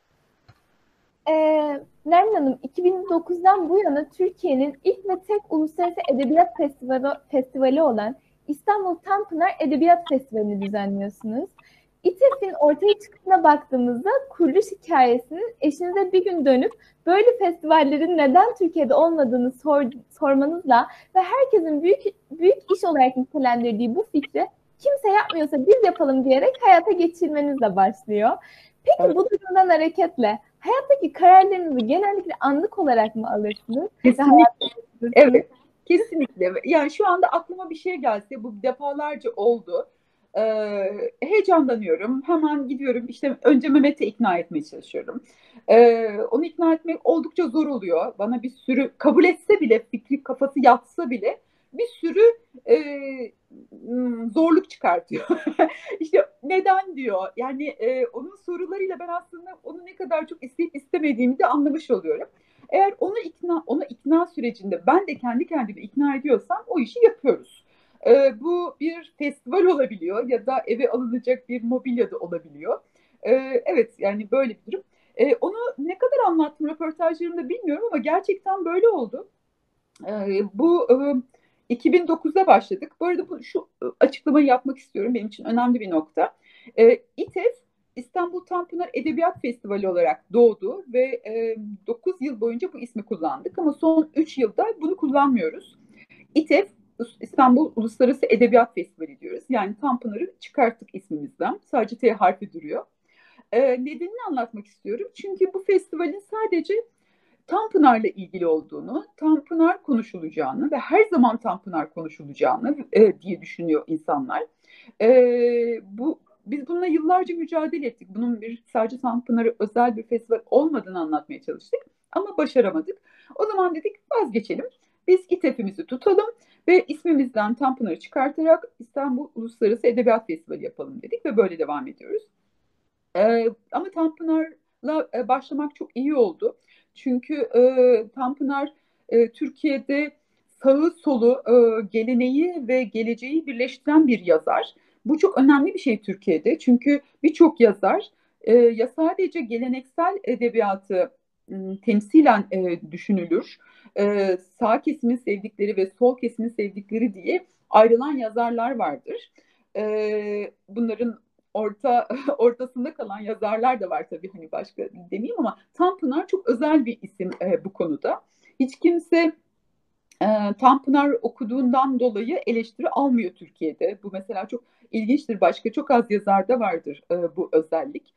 Ee, Nermin Hanım, iki bin dokuzdan bu yana Türkiye'nin ilk ve tek uluslararası edebiyat festivali, festivali olan İstanbul Tanpınar Edebiyat Festivali'ni düzenliyorsunuz. İTEF'in ortaya çıkışına baktığımızda kuruluş hikayesinin eşinize bir gün dönüp böyle festivallerin neden Türkiye'de olmadığını sor, sormanızla ve herkesin büyük büyük iş olarak nitelendirdiği bu fikri kimse yapmıyorsa biz yapalım diyerek hayata geçirmenizle başlıyor. Peki evet, bu durumdan hareketle hayattaki kararlarınızı genellikle anlık olarak mı alırsınız? Kesinlikle. Evet, kesinlikle. Yani şu anda aklıma bir şey gelse, bu defalarca oldu. Ee, heyecanlanıyorum. Hemen gidiyorum. İşte önce Mehmet'i ikna etmeye çalışıyorum. Ee, onu ikna etmek oldukça zor oluyor. Bana bir sürü, kabul etse bile, fikri kafası yatsa bile bir sürü e, zorluk çıkartıyor. İşte neden diyor. Yani e, onun sorularıyla ben aslında onu ne kadar çok isteyip istemediğimi de anlamış oluyorum. Eğer onu ikna, onu ikna sürecinde ben de kendi kendimi ikna ediyorsam o işi yapıyoruz. Ee, bu bir festival olabiliyor ya da eve alınacak bir mobilya da olabiliyor. Ee, evet, yani böyle bir durum. Ee, onu ne kadar anlattım röportajlarımda bilmiyorum ama gerçekten böyle oldu. Ee, bu e, iki bin dokuzda başladık. Bu arada bu, şu açıklamayı yapmak istiyorum. Benim için önemli bir nokta. Ee, İTEF İstanbul Tanpınar Edebiyat Festivali olarak doğdu ve e, dokuz yıl boyunca bu ismi kullandık ama son üç yılda bunu kullanmıyoruz. İTEF İstanbul Uluslararası Edebiyat Festivali diyoruz. Yani Tanpınar'ı çıkarttık ismimizden. Sadece T harfi duruyor. Ee, nedenini anlatmak istiyorum. Çünkü bu festivalin sadece Tanpınar'la ilgili olduğunu, Tanpınar konuşulacağını ve her zaman Tanpınar konuşulacağını e, diye düşünüyor insanlar. E, bu Biz bununla yıllarca mücadele ettik. Bunun bir sadece Tanpınar'a özel bir festival olmadığını anlatmaya çalıştık. Ama başaramadık. O zaman dedik vazgeçelim. Biz İTEF'imizi tutalım ve ismimizden Tanpınar'ı çıkartarak İstanbul Uluslararası Edebiyat Festivali yapalım dedik ve böyle devam ediyoruz. Ee, ama Tanpınar'la e, başlamak çok iyi oldu. Çünkü e, Tanpınar e, Türkiye'de sağı solu, e, geleneği ve geleceği birleştiren bir yazar. Bu çok önemli bir şey Türkiye'de. Çünkü birçok yazar e, ya sadece geleneksel edebiyatı m, temsilen e, düşünülür, e, sağ kesimin sevdikleri ve sol kesimin sevdikleri diye ayrılan yazarlar vardır. E, bunların orta ortasında kalan yazarlar da var tabii, hani başka demeyeyim, ama Tanpınar çok özel bir isim e, bu konuda. Hiç kimse e, Tanpınar okuduğundan dolayı eleştiri almıyor Türkiye'de. Bu mesela çok ilginçtir. Başka çok az yazarda vardır e, bu özellik.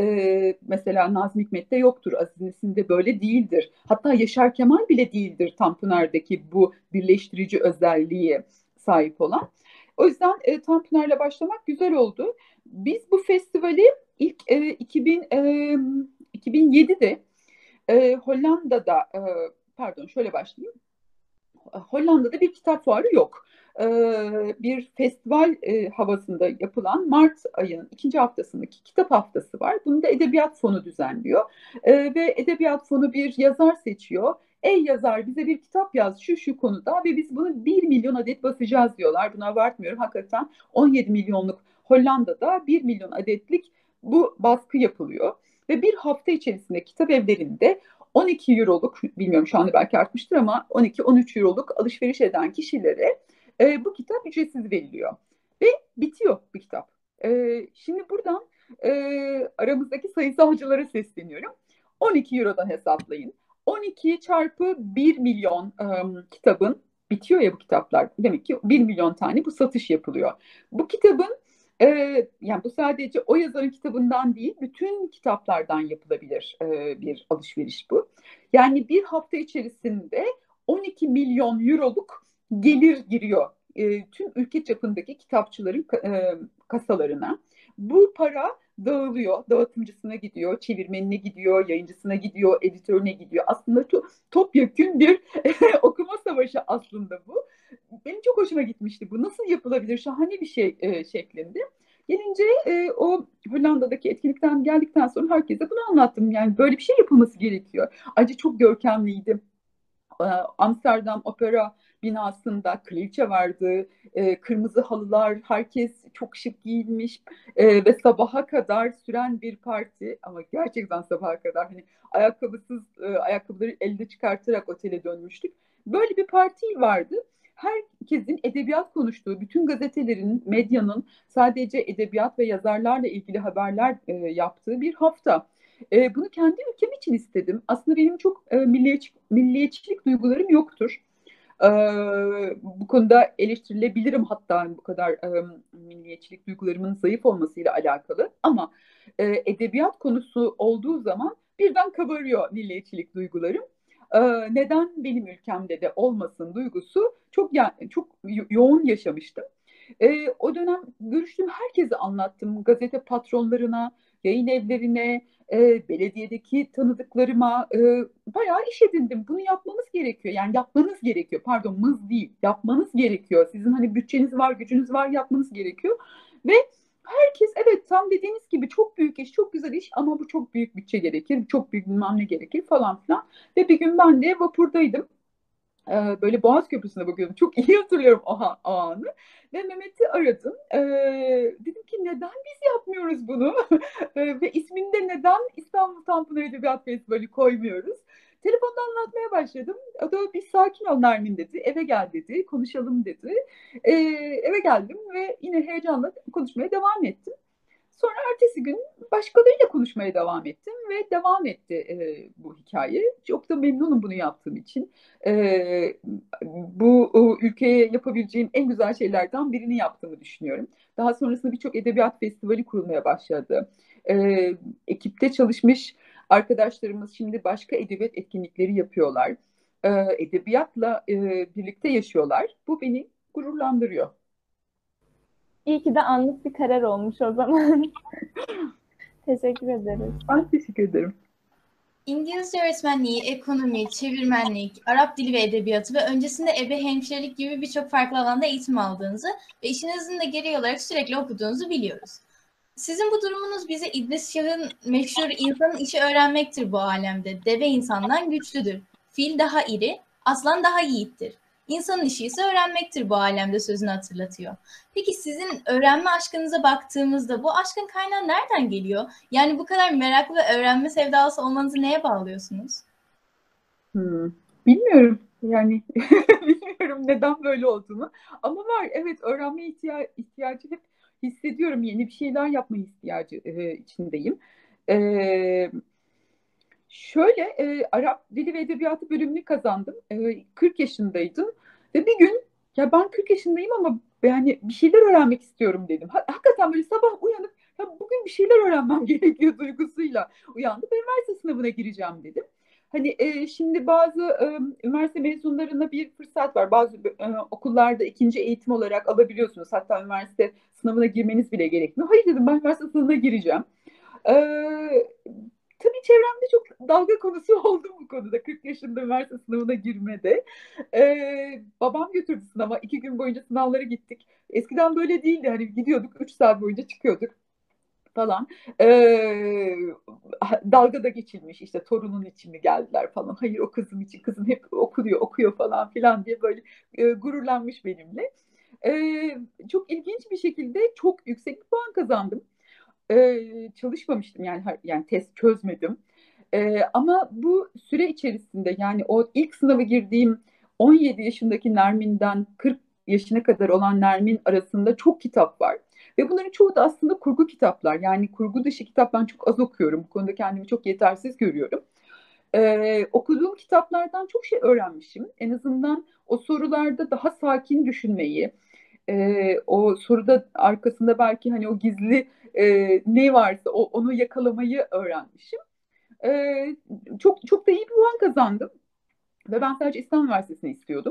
E, mesela Nazım Hikmet'te yoktur, Aziz Nesin'de böyle değildir. Hatta Yaşar Kemal bile değildir Tanpınar'daki bu birleştirici özelliğe sahip olan. O yüzden e, Tanpınar'la başlamak güzel oldu. Biz bu festivali ilk e, iki bin, e, iki bin yedide e, Hollanda'da, e, pardon şöyle başlayayım. Hollanda'da bir kitap fuarı yok. Ee, bir festival e, havasında yapılan Mart ayının ikinci haftasındaki kitap haftası var. Bunu da Edebiyat Fonu düzenliyor. Ee, ve Edebiyat Fonu bir yazar seçiyor. Ey yazar, bize bir kitap yaz şu şu konuda ve biz bunu bir milyon adet basacağız diyorlar. Bunu abartmıyorum. Hakikaten on yedi milyonluk Hollanda'da bir milyon adetlik bu baskı yapılıyor. Ve bir hafta içerisinde kitap evlerinde on iki euroluk, bilmiyorum şu anda belki artmıştır ama on iki on üç euroluk alışveriş eden kişilere e, bu kitap ücretsiz veriliyor. Ve bitiyor bu kitap. E, şimdi buradan e, aramızdaki sayısalcılara sesleniyorum. on iki eurodan hesaplayın. on iki çarpı bir milyon e, kitabın, bitiyor ya bu kitaplar. Demek ki bir milyon tane bu satış yapılıyor. Bu kitabın Ee, yani bu sadece o yazarın kitabından değil, bütün kitaplardan yapılabilir e, bir alışveriş bu. Yani bir hafta içerisinde on iki milyon euroluk gelir giriyor e, tüm ülke çapındaki kitapçıların e, kasalarına. Bu para dağılıyor, dağıtımcısına gidiyor, çevirmenine gidiyor, yayıncısına gidiyor, editörüne gidiyor. Aslında to- topyekün bir okuma savaşı aslında bu. Benim çok hoşuma gitmişti bu. Nasıl yapılabilir? Şahane bir şey e, şeklinde. Gelince e, o Hollanda'daki etkinlikten geldikten sonra herkese bunu anlattım. Yani böyle bir şey yapılması gerekiyor. Ayrıca çok görkemliydi. E, Amsterdam Opera binasında kraliçe vardı. E, kırmızı halılar, herkes çok şık giyinmiş e, ve sabaha kadar süren bir parti. Ama gerçekten sabaha kadar, hani ayakkabısız, e, ayakkabıları elde çıkartarak otele dönmüştük. Böyle bir parti vardı. Herkesin edebiyat konuştuğu, bütün gazetelerin, medyanın sadece edebiyat ve yazarlarla ilgili haberler e, yaptığı bir hafta. E, bunu kendi ülkem için istedim. Aslında benim çok e, milliyetçi, milliyetçilik duygularım yoktur. E, bu konuda eleştirilebilirim, hatta bu kadar e, milliyetçilik duygularımın zayıf olmasıyla alakalı. Ama e, edebiyat konusu olduğu zaman birden kabarıyor milliyetçilik duygularım. Ee, neden benim ülkemde de olmasın duygusu çok çok yoğun yaşamıştım. Ee, o dönem görüştüğüm herkese anlattım. Gazete patronlarına, yayın evlerine, e, belediyedeki tanıdıklarıma e, bayağı iş edindim. Bunu yapmamız gerekiyor. Yani yapmanız gerekiyor. Pardon, mız değil. Yapmanız gerekiyor. Sizin hani bütçeniz var, gücünüz var, yapmanız gerekiyor. Ve herkes evet, tam dediğiniz gibi çok büyük iş, çok güzel iş ama bu çok büyük bütçe gerekir, çok büyük bilmem ne gerekir falan filan. Ve bir gün ben de vapurdaydım. Ee, böyle Boğaz Köprüsü'ne bakıyordum. Çok iyi hatırlıyorum o, o anı. Ve Mehmet'i aradım. Ee, dedim ki neden biz yapmıyoruz bunu? Ee, ve isminde neden İstanbul Tanpınar Edebiyat Festivali koymuyoruz? Telefonda anlatmaya başladım. O da bir sakin ol Nermin dedi. Eve gel dedi. Konuşalım dedi. Ee, eve geldim ve yine heyecanla konuşmaya devam ettim. Sonra ertesi gün başkalarıyla konuşmaya devam ettim ve devam etti e, bu hikaye. Çok da memnunum bunu yaptığım için. E, bu o, ülkeye yapabileceğim en güzel şeylerden birini yaptığımı düşünüyorum. Daha sonrasında birçok edebiyat festivali kurulmaya başladı. E, ekipte çalışmış arkadaşlarımız şimdi başka edebiyat etkinlikleri yapıyorlar. E, edebiyatla e, birlikte yaşıyorlar. Bu beni gururlandırıyor. İyi ki de anlık bir karar olmuş o zaman. Teşekkür ederiz. Ben teşekkür ederim. İngilizce öğretmenliği, ekonomi, çevirmenlik, Arap dili ve edebiyatı ve öncesinde ebe hemşirelik gibi birçok farklı alanda eğitim aldığınızı ve işinizin de gereği olarak sürekli okuduğunuzu biliyoruz. Sizin bu durumunuz bize İdris Şah'ın meşhur insanın işi öğrenmektir bu alemde. Deve insandan güçlüdür. Fil daha iri, aslan daha yiğittir. İnsanın işi ise öğrenmektir bu alemde sözünü hatırlatıyor. Peki sizin öğrenme aşkınıza baktığımızda bu aşkın kaynağı nereden geliyor? Yani bu kadar meraklı ve öğrenme sevdalısı olmanızı neye bağlıyorsunuz? Hmm, bilmiyorum. Yani bilmiyorum neden böyle olduğunu. Ama var, evet, öğrenme ihtiya- ihtiyacı hep hissediyorum. Yeni bir şeyler yapma ihtiyacı e, içindeyim. E, Şöyle e, Arap Dili ve Edebiyatı bölümünü kazandım. E, kırk yaşındaydım. Ve bir gün, ya ben kırk yaşındayım ama yani bir şeyler öğrenmek istiyorum dedim. Ha- hakikaten böyle sabah uyanıp ya bugün bir şeyler öğrenmem gerekiyor duygusuyla uyandım. Ve üniversite sınavına gireceğim dedim. Hani e, şimdi bazı e, üniversite mezunlarına bir fırsat var. Bazı e, okullarda ikinci eğitim olarak alabiliyorsunuz. Hatta üniversite sınavına girmeniz bile gerekmiyor. Hayır dedim, ben üniversite sınavına gireceğim. Ee, tabii çevremde çok dalga konusu oldum bu konuda. kırk yaşında üniversite sınavına girmede. Ee, babam götürdü sınava. iki gün boyunca sınavlara gittik. Eskiden böyle değildi. Hani gidiyorduk, üç saat boyunca çıkıyorduk falan. Ee, dalga da geçilmiş, işte torunun için mi geldiler falan. Hayır, o kızım için, kızım hep okuyor okuyor falan filan diye böyle e, gururlanmış benimle. Ee, çok ilginç bir şekilde çok yüksek bir puan kazandım. Ee, çalışmamıştım yani, yani test çözmedim. Ee, ama bu süre içerisinde, yani o ilk sınava girdiğim on yedi yaşındaki Nermin'den kırk yaşına kadar olan Nermin arasında çok kitap var. Ve bunların çoğu da aslında kurgu kitaplar. Yani kurgu dışı kitap ben çok az okuyorum. Bu konuda kendimi çok yetersiz görüyorum. Ee, okuduğum kitaplardan çok şey öğrenmişim. En azından o sorularda daha sakin düşünmeyi, e, o soruda arkasında belki hani o gizli e, ne varsa o, onu yakalamayı öğrenmişim. E, çok çok da iyi bir puan kazandım ve ben sadece İstanbul Üniversitesi'ni istiyordum.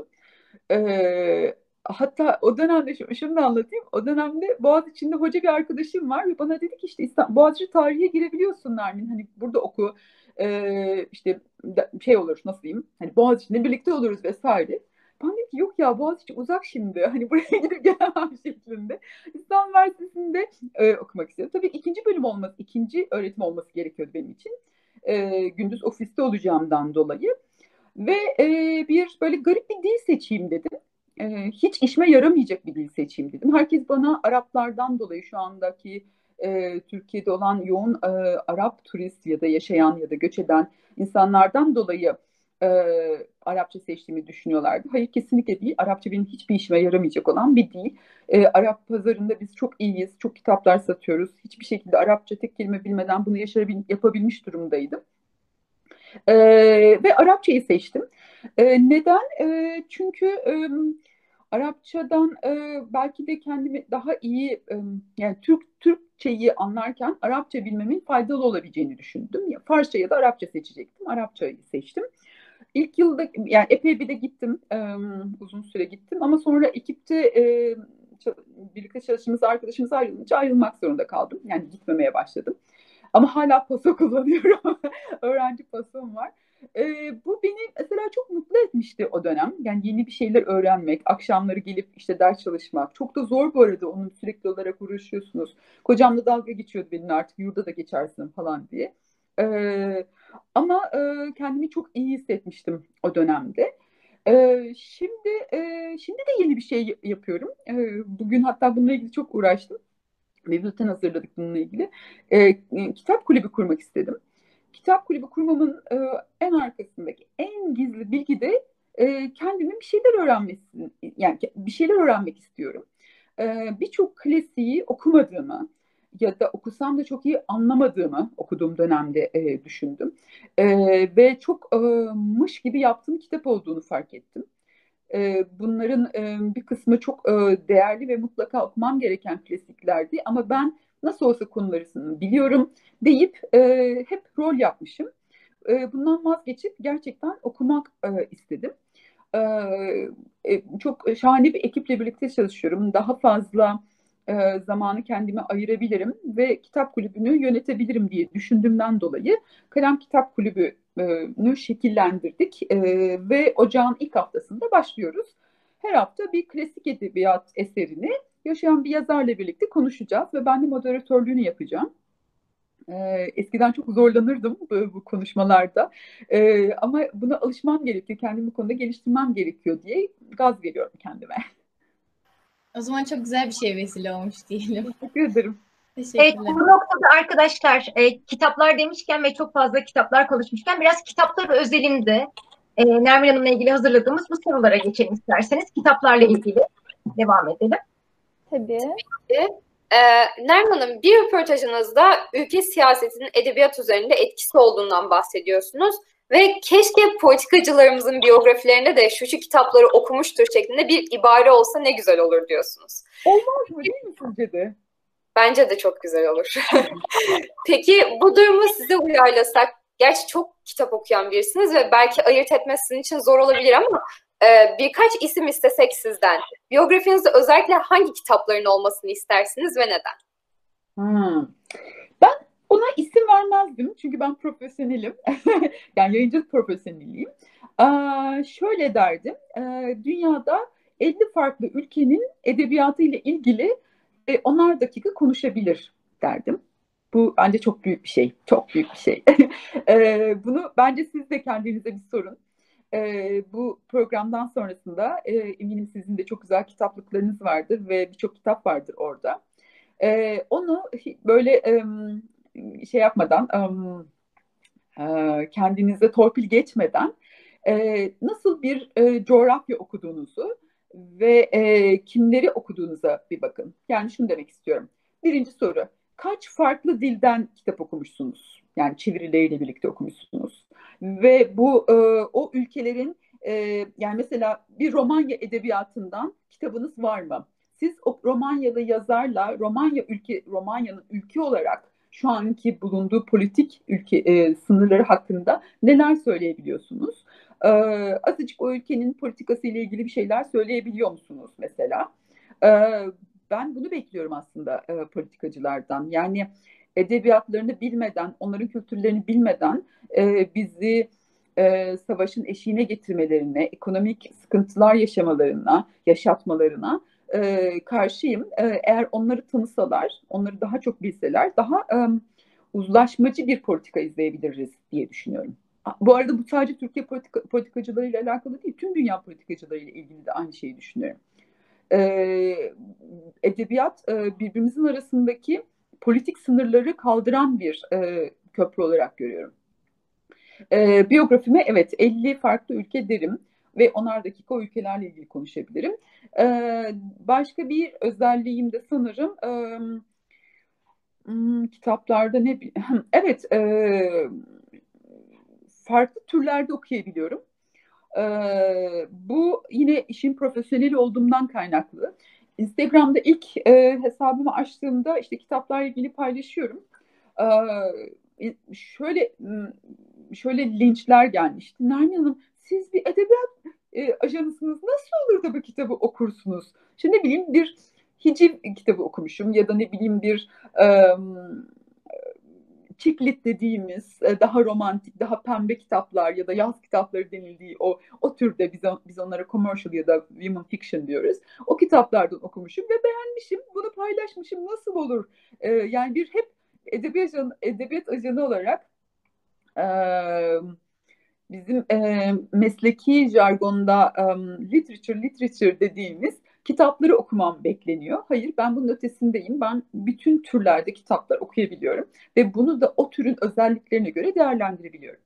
E, hatta o dönemde şunu, şunu da anlatayım. O dönemde Boğaziçi'nde hoca bir arkadaşım var ve bana dedi ki işte İstanbul, Boğaziçi tarihe girebiliyorsun Nermin. Hani burada oku. E, işte şey olur, nasıl diyeyim? Hani Boğaziçi'nde birlikte oluruz vesaire. Ben dedim ki yok ya, Boğaziçi uzak şimdi. Hani buraya gidip gelemem şeklinde. İstanbul Üniversitesi'nde e, okumak istedim. Tabii ikinci bölüm olması, ikinci öğretim olması gerekiyordu benim için. E, gündüz ofiste olacağımdan dolayı. Ve e, bir böyle garip bir dil seçeyim dedim. E, hiç işime yaramayacak bir dil seçeyim dedim. Herkes bana Araplardan dolayı, şu andaki e, Türkiye'de olan yoğun e, Arap turist ya da yaşayan ya da göç eden insanlardan dolayı e, Arapça seçtiğimi düşünüyorlardı. Hayır, kesinlikle değil. Arapça benim hiçbir işime yaramayacak olan bir dil. E, Arap pazarında biz çok iyiyiz, çok kitaplar satıyoruz. Hiçbir şekilde Arapça tek kelime bilmeden bunu yaşayabil, yapabilmiş durumdaydım. E, ve Arapçayı seçtim. E, neden? E, çünkü e, Arapçadan e, belki de kendimi daha iyi, e, yani Türk Türkçeyi anlarken Arapça bilmemin faydalı olabileceğini düşündüm. Ya, Farsça ya da Arapça seçecektim. Arapçayı seçtim. İlk yılda yani epey bir de gittim, e, uzun süre gittim ama sonra ekipte e, birlikte çalıştığımız arkadaşımız ayrılınca ayrılmak zorunda kaldım. Yani gitmemeye başladım. Ama hala paso kullanıyorum. Öğrenci pasom var. Ee, bu beni mesela çok mutlu etmişti o dönem. Yani yeni bir şeyler öğrenmek, akşamları gelip işte ders çalışmak. Çok da zor bu arada, onun sürekli olarak uğraşıyorsunuz. Kocam da dalga geçiyordu benimle, artık yurda da geçersin falan diye. Ee, ama e, kendimi çok iyi hissetmiştim o dönemde. Ee, şimdi e, şimdi de yeni bir şey yapıyorum. Ee, bugün hatta bununla ilgili çok uğraştım. Bir bülten hazırladık bununla ilgili. E, e, kitap kulübü kurmak istedim. Kitap kulübü kurmamın e, en arkasındaki en gizli bilgi de e, kendimin bir şeyler öğrenmesi, yani bir şeyler öğrenmek istiyorum. E, Birçok klasiği okumadığımı ya da okusam da çok iyi anlamadığımı okuduğum dönemde e, düşündüm. E, ve çok e, mış gibi yaptığım kitap olduğunu fark ettim. E, bunların e, bir kısmı çok e, değerli ve mutlaka okumam gereken klasiklerdi. Ama ben nasıl olsa konularını biliyorum deyip e, hep rol yapmışım. E, bundan vazgeçip gerçekten okumak e, istedim. E, e, çok şahane bir ekiple birlikte çalışıyorum. Daha fazla e, zamanı kendime ayırabilirim ve kitap kulübünü yönetebilirim diye düşündüğümden dolayı Kalem Kitap Kulübü'nü şekillendirdik e, ve ocağın ilk haftasında başlıyoruz. Her hafta bir klasik edebiyat eserini yaşayan bir yazarla birlikte konuşacağız ve ben de moderatörlüğünü yapacağım. Ee, eskiden çok zorlanırdım bu, bu konuşmalarda. Ee, ama buna alışmam gerekiyor, kendimi bu konuda geliştirmem gerekiyor diye gaz veriyorum kendime. O zaman çok güzel bir şey vesile olmuş diyelim. Teşekkür ederim. Evet, Teşekkürler. bu noktada arkadaşlar e, kitaplar demişken ve çok fazla kitaplar konuşmuşken biraz kitaplar özelinde E, Nermin Hanım'la ilgili hazırladığımız bu sorulara geçelim isterseniz. Kitaplarla ilgili devam edelim. Tabii. Ee, Nermin Hanım, bir röportajınızda ülke siyasetinin edebiyat üzerinde etkisi olduğundan bahsediyorsunuz ve keşke politikacılarımızın biyografilerinde de şu şu kitapları okumuştur şeklinde bir ibare olsa ne güzel olur diyorsunuz. Olmaz mı, değil mi sizce de? Bence de çok güzel olur. Peki bu durumu size uyarlasak, gerçi çok kitap okuyan birisiniz ve belki ayırt etmesi sizin için zor olabilir ama e, birkaç isim istesek sizden. Biyografinizde özellikle hangi kitapların olmasını istersiniz ve neden? Hmm. Ben ona isim vermezdim çünkü ben profesyonelim. Yani yayıncılık profesyoneliyim. Ee, şöyle derdim, e, dünyada elli farklı ülkenin edebiyatı ile ilgili e, onar dakika konuşabilir derdim. Bu bence çok büyük bir şey, çok büyük bir şey. e, bunu bence siz de kendinize bir sorun. E, bu programdan sonrasında e, eminim sizin de çok güzel kitaplıklarınız vardır ve birçok kitap vardır orada. E, onu böyle e, şey yapmadan, e, kendinize torpil geçmeden e, nasıl bir e, coğrafya okuduğunuzu ve e, kimleri okuduğunuza bir bakın. Yani şunu demek istiyorum. Birinci soru, kaç farklı dilden kitap okumuşsunuz? Yani çevirileriyle birlikte okumuşsunuz. Ve bu e, o ülkelerin e, yani mesela bir Romanya edebiyatından kitabınız var mı? Siz o Romanyalı yazarla Romanya ülke Romanya'nın ülke olarak şu anki bulunduğu politik ülke e, sınırları hakkında neler söyleyebiliyorsunuz? E, azıcık o ülkenin politikası ile ilgili bir şeyler söyleyebiliyor musunuz mesela? E, ben bunu bekliyorum aslında e, politikacılardan. Yani edebiyatlarını bilmeden, onların kültürlerini bilmeden e, bizi e, savaşın eşiğine getirmelerine, ekonomik sıkıntılar yaşamalarına, yaşatmalarına e, karşıyım. E, eğer onları tanısalar, onları daha çok bilseler, daha e, uzlaşmacı bir politika izleyebiliriz diye düşünüyorum. Bu arada bu sadece Türkiye politika, politikacılarıyla alakalı değil, tüm dünya politikacılarıyla ilgili de aynı şeyi düşünüyorum. E, edebiyat e, birbirimizin arasındaki politik sınırları kaldıran bir e, köprü olarak görüyorum. E, biyografime evet elli farklı ülke derim ve onar dakika o ülkelerle ilgili konuşabilirim. E, başka bir özelliğim de sanırım e, hmm, kitaplarda ne evet e, farklı türlerde okuyabiliyorum. E, bu yine işin profesyoneli olduğumdan kaynaklı. Instagram'da ilk e, hesabımı açtığımda işte kitaplarla ilgili paylaşıyorum. E, şöyle şöyle linçler gelmişti. Nermin Hanım, siz bir edebiyat e, ajanısınız. Nasıl olur da bu kitabı okursunuz? Şimdi ne bileyim bir hiciv kitabı okumuşum ya da ne bileyim bir e, chick dediğimiz daha romantik, daha pembe kitaplar ya da yaz kitapları denildiği o o türde biz, biz onlara commercial ya da women fiction diyoruz. O kitaplardan okumuşum ve beğenmişim. Bunu paylaşmışım. Nasıl olur? Ee, yani bir hep edebiyat ajanı, edebiyat ajanı olarak e, bizim e, mesleki jargonda um, literature literature dediğimiz kitapları okumam bekleniyor. Hayır, ben bunun ötesindeyim. Ben bütün türlerde kitaplar okuyabiliyorum ve bunu da o türün özelliklerine göre değerlendirebiliyorum.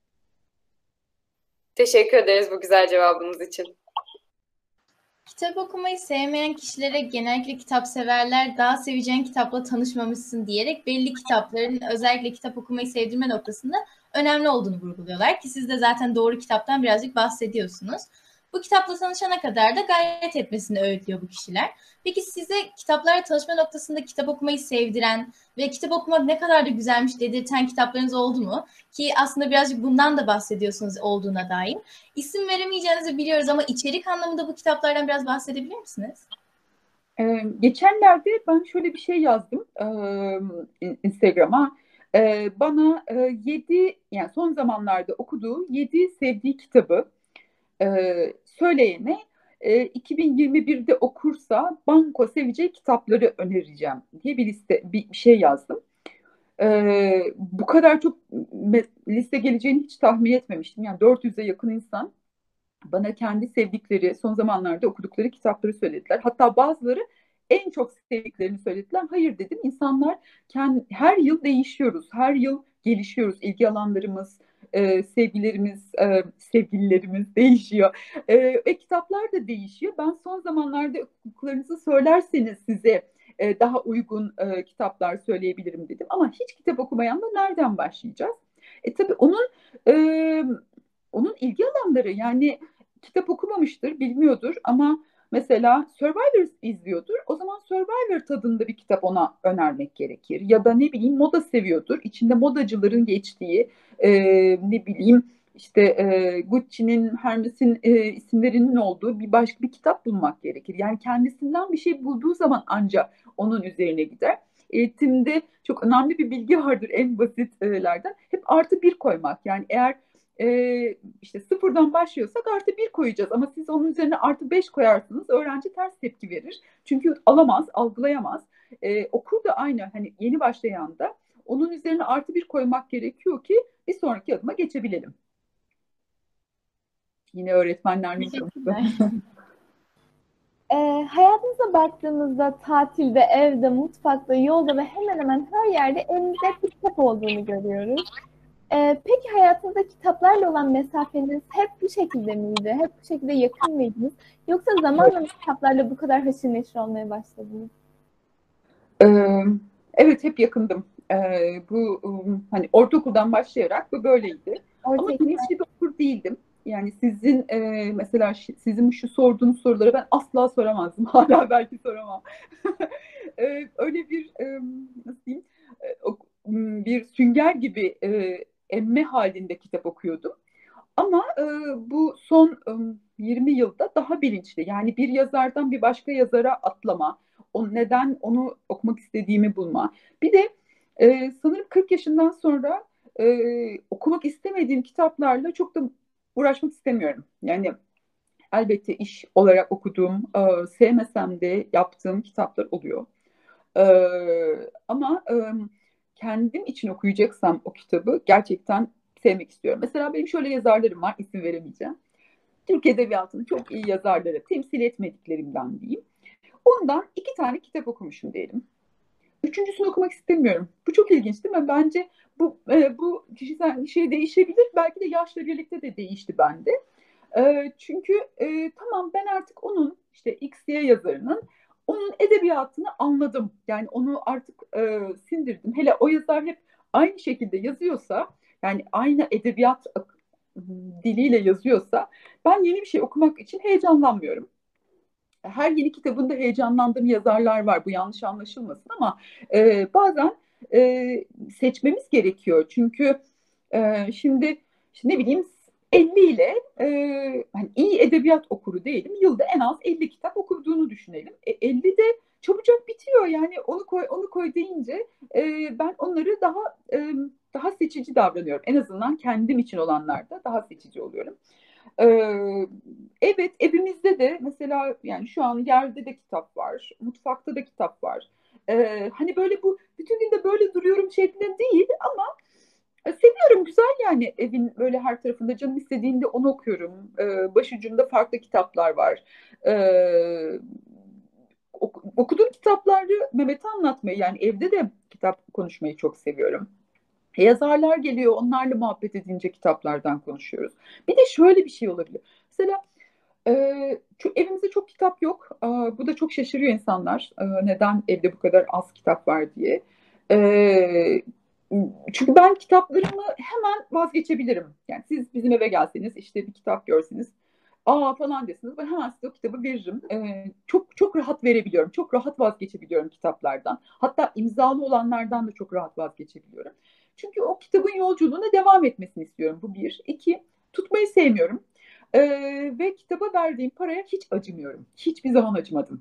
Teşekkür ederiz bu güzel cevabınız için. Kitap okumayı sevmeyen kişilere genellikle kitap severler daha seveceğin kitapla tanışmamışsın diyerek belli kitapların özellikle kitap okumayı sevdirme noktasında önemli olduğunu vurguluyorlar ki siz de zaten doğru kitaptan birazcık bahsediyorsunuz. Bu kitapla tanışana kadar da gayret etmesini öğütlüyor bu kişiler. Peki size kitaplarla tanışma noktasında kitap okumayı sevdiren ve kitap okumak ne kadar da güzelmiş dedirten kitaplarınız oldu mu? Ki aslında birazcık bundan da bahsediyorsunuz olduğuna dair. İsim veremeyeceğinizi biliyoruz ama içerik anlamında bu kitaplardan biraz bahsedebilir misiniz? Ee, geçenlerde ben şöyle bir şey yazdım e, Instagram'a. E, bana e, yedi, yani son zamanlarda okuduğu yedi sevdiği kitabı e, söyleyene e, iki bin yirmi birde okursa banko seveceği kitapları önereceğim diye bir liste bir, bir şey yazdım. E, bu kadar çok liste geleceğini hiç tahmin etmemiştim. Yani dört yüze yakın insan bana kendi sevdikleri, son zamanlarda okudukları kitapları söylediler. Hatta bazıları en çok sevdiklerini söylediler. Hayır dedim, insanlar kendi, her yıl değişiyoruz, her yıl gelişiyoruz. İlgi alanlarımız, e, sevgilerimiz, e, sevgililerimiz değişiyor. E, ve kitaplar da değişiyor. Ben son zamanlarda okuduklarınızı söylerseniz size e, daha uygun e, kitaplar söyleyebilirim dedim. Ama hiç kitap okumayan da nereden başlayacağız? E tabii onun e, onun ilgi alanları, yani kitap okumamıştır, bilmiyordur ama mesela Survivor izliyordur. O zaman Survivor tadında bir kitap ona önermek gerekir. Ya da ne bileyim moda seviyordur. İçinde modacıların geçtiği, e, ne bileyim işte e, Gucci'nin, Hermes'in e, isimlerinin olduğu bir başka bir kitap bulmak gerekir. Yani kendisinden bir şey bulduğu zaman ancak onun üzerine gider. Eğitimde çok önemli bir bilgi vardır, en basitlerden. Hep artı bir koymak. Yani eğer e, işte sıfırdan başlıyorsak artı bir koyacağız. Ama siz onun üzerine artı beş koyarsınız, öğrenci ters tepki verir. Çünkü alamaz, algılayamaz. E, okur da aynı, hani yeni başlayan da onun üzerine artı bir koymak gerekiyor ki bir sonraki adıma geçebilelim. Yine öğretmenlerimiz konuştu. E, hayatınıza baktığımızda tatilde, evde, mutfakta, yolda ve hemen hemen her yerde elinizde bir kitap olduğunu görüyoruz. E, peki hayatınızda kitaplarla olan mesafeniz hep bu şekilde miydi? Hep bu şekilde yakın mıydınız? Yoksa zamanla mı kitaplarla bu kadar haşır neşir olmaya başladınız? Ee, evet, hep yakındım. Ee, bu um, hani ortaokuldan başlayarak bu böyleydi. Ama Ortaya bilinçli bir okur değildim. Yani sizin e, mesela şi- sizin şu sorduğunuz soruları ben asla soramazdım. Hala belki soramam. Ee, öyle bir e, nasıl diyeyim, e, ok- m, bir sünger gibi e, emme halinde kitap okuyordum. Ama e, bu son e, yirmi yılda daha bilinçli. Yani bir yazardan bir başka yazara atlama, o neden onu okumak istediğimi bulma. Bir de e, sanırım kırk yaşından sonra e, okumak istemediğim kitaplarla çok da uğraşmak istemiyorum. Yani elbette iş olarak okuduğum, e, sevmesem de yaptığım kitaplar oluyor. E, ama e, kendim için okuyacaksam o kitabı gerçekten sevmek istiyorum. Mesela benim şöyle yazarlarım var, isim veremeyeceğim. Türk Edebiyatı'nın çok iyi yazarları temsil etmediklerimden diyeyim. Ondan iki tane kitap okumuşum diyelim. Üçüncüsünü okumak istemiyorum. Bu çok ilginç değil mi? Bence bu e, bu kişisel şey değişebilir. Belki de yaşla birlikte de değişti bende. E, çünkü e, tamam, ben artık onun işte X Y yazarının onun edebiyatını anladım. Yani onu artık e, sindirdim. Hele o yazar hep aynı şekilde yazıyorsa, yani aynı edebiyat diliyle yazıyorsa, ben yeni bir şey okumak için heyecanlanmıyorum. Her yeni kitabında heyecanlandığım yazarlar var. Bu yanlış anlaşılmasın ama e, bazen e, seçmemiz gerekiyor. Çünkü e, şimdi işte ne bileyim elli ile e, hani iyi edebiyat okuru değilim. Yılda en az elli kitap okuduğunu düşünelim. E, elli de çabucak bitiyor. Yani onu koy onu koy deyince e, ben onları daha e, daha seçici davranıyorum. En azından kendim için olanlarda daha seçici oluyorum. Ee, evet, evimizde de mesela, yani şu an yerde de kitap var, mutfakta da kitap var. Ee, hani böyle bu bütün gün de böyle duruyorum şeklinde değil ama e, seviyorum, güzel yani, evin böyle her tarafında canım istediğinde onu okuyorum. Ee, başucumda farklı kitaplar var. Ee, ok- okuduğum kitapları Mehmet'e anlatmayı, yani evde de kitap konuşmayı çok seviyorum. Yazarlar geliyor, onlarla muhabbet edince kitaplardan konuşuyoruz. Bir de şöyle bir şey olabilir. Mesela e, şu evimizde çok kitap yok. E, bu da çok şaşırıyor insanlar. E, neden evde bu kadar az kitap var diye. E, çünkü ben kitaplarımı hemen vazgeçebilirim. Yani siz bizim eve gelseniz, işte bir kitap görseniz, aa falan desiniz, ben hemen size o kitabı veririm. E, çok çok rahat verebiliyorum. Çok rahat vazgeçebiliyorum kitaplardan. Hatta imzalı olanlardan da çok rahat vazgeçebiliyorum. Çünkü o kitabın yolculuğuna devam etmesini istiyorum. Bu bir. İki, tutmayı sevmiyorum. Ee, ve kitaba verdiğim paraya hiç acımıyorum. Hiçbir zaman acımadım.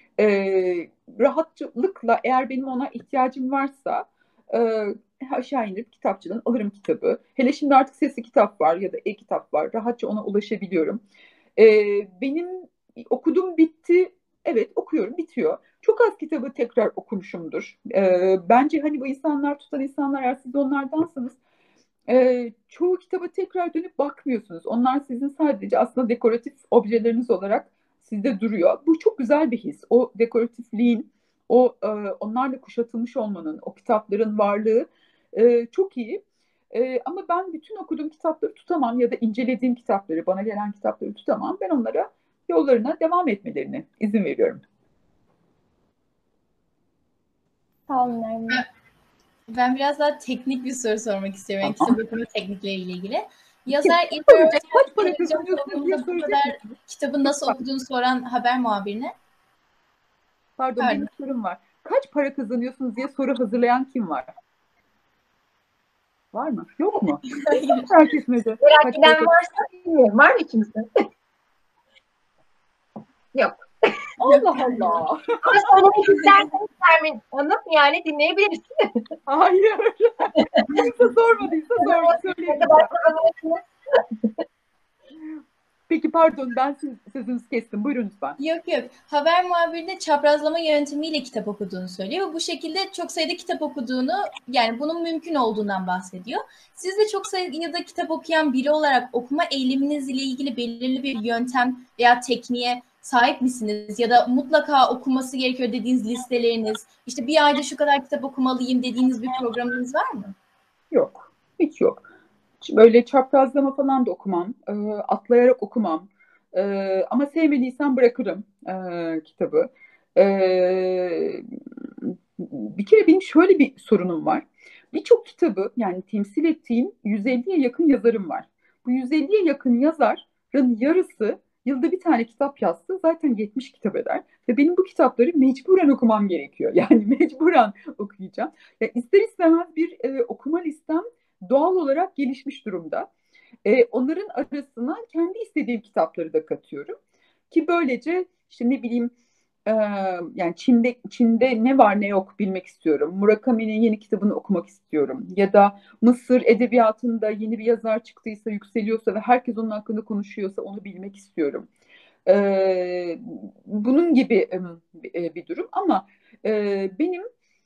Ee, rahatlıkla, eğer benim ona ihtiyacım varsa e, aşağı inip kitapçıdan alırım kitabı. Hele şimdi artık sesli kitap var ya da e-kitap var. Rahatça ona ulaşabiliyorum. Ee, benim okudum bitti. Evet, okuyorum, bitiyor. Çok az kitabı tekrar okumuşumdur. Ee, bence hani bu insanlar, tutan insanlar, eğer siz onlardansanız, e, çoğu kitaba tekrar dönüp bakmıyorsunuz. Onlar sizin sadece aslında dekoratif objeleriniz olarak sizde duruyor. Bu çok güzel bir his. O dekoratifliğin, o e, onlarla kuşatılmış olmanın, o kitapların varlığı e, çok iyi. E, ama ben bütün okuduğum kitapları tutamam ya da incelediğim kitapları, bana gelen kitapları tutamam. Ben onlara yollarına devam etmelerine izin veriyorum. Sağ olun Nermin. Ben biraz daha teknik bir soru sormak istiyorum. Yani Tamam. kitap okuma teknikleriyle ilgili. Yazar Kim İlber soracak? Ortaylı Kaç para televizyon kazanıyorsunuz diye programında bu soracak kadar mısınız? kitabı nasıl okuduğunu soran haber muhabirine. Pardon, Pardon. benim sorum var. Kaç para kazanıyorsunuz diye soru hazırlayan kim var? Var mı? Yok mu? Hayır. Merak etmedi. Merak Kaç eden para- varsa bilmiyorum. Var mı içimizde? Yok. Allah Allah. Ama söylemek isterseniz Nermin Hanım yani dinleyebiliriz. Hayır. Kimse sormadıysa sorma. Ne Söyleyin. kadar kazanıyorsunuz? Peki pardon, ben siz, sözünüzü kestim. Buyurun lütfen. Yok yok. Haber muhabirinde çaprazlama yöntemiyle kitap okuduğunu söylüyor. Bu şekilde çok sayıda kitap okuduğunu, yani bunun mümkün olduğundan bahsediyor. Siz de çok sayıda kitap okuyan biri olarak okuma eğiliminizle ilgili belirli bir yöntem veya tekniğe sahip misiniz? Ya da mutlaka okuması gerekiyor dediğiniz listeleriniz, işte bir ayda şu kadar kitap okumalıyım dediğiniz bir programınız var mı? Yok. Hiç yok. Böyle çaprazlama falan da okumam. E, atlayarak okumam. E, ama sevmediysem bırakırım e, kitabı. E, bir kere benim şöyle bir sorunum var. Birçok kitabı, yani temsil ettiğim yüz elliye yakın yazarım var. Bu yüz elliye yakın yazarın yarısı yılda bir tane kitap yazsa zaten yetmiş kitap eder. Ve benim bu kitapları mecburen okumam gerekiyor. Yani mecburen okuyacağım. Ya ister istemez bir e, okuma listem doğal olarak gelişmiş durumda. E, onların arasına kendi istediğim kitapları da katıyorum. Ki böylece işte ne bileyim, e, yani Çin'de Çin'de ne var ne yok bilmek istiyorum. Murakami'nin yeni kitabını okumak istiyorum. Ya da Mısır edebiyatında yeni bir yazar çıktıysa, yükseliyorsa ve herkes onun hakkında konuşuyorsa onu bilmek istiyorum. E, bunun gibi e, bir durum ama e, benim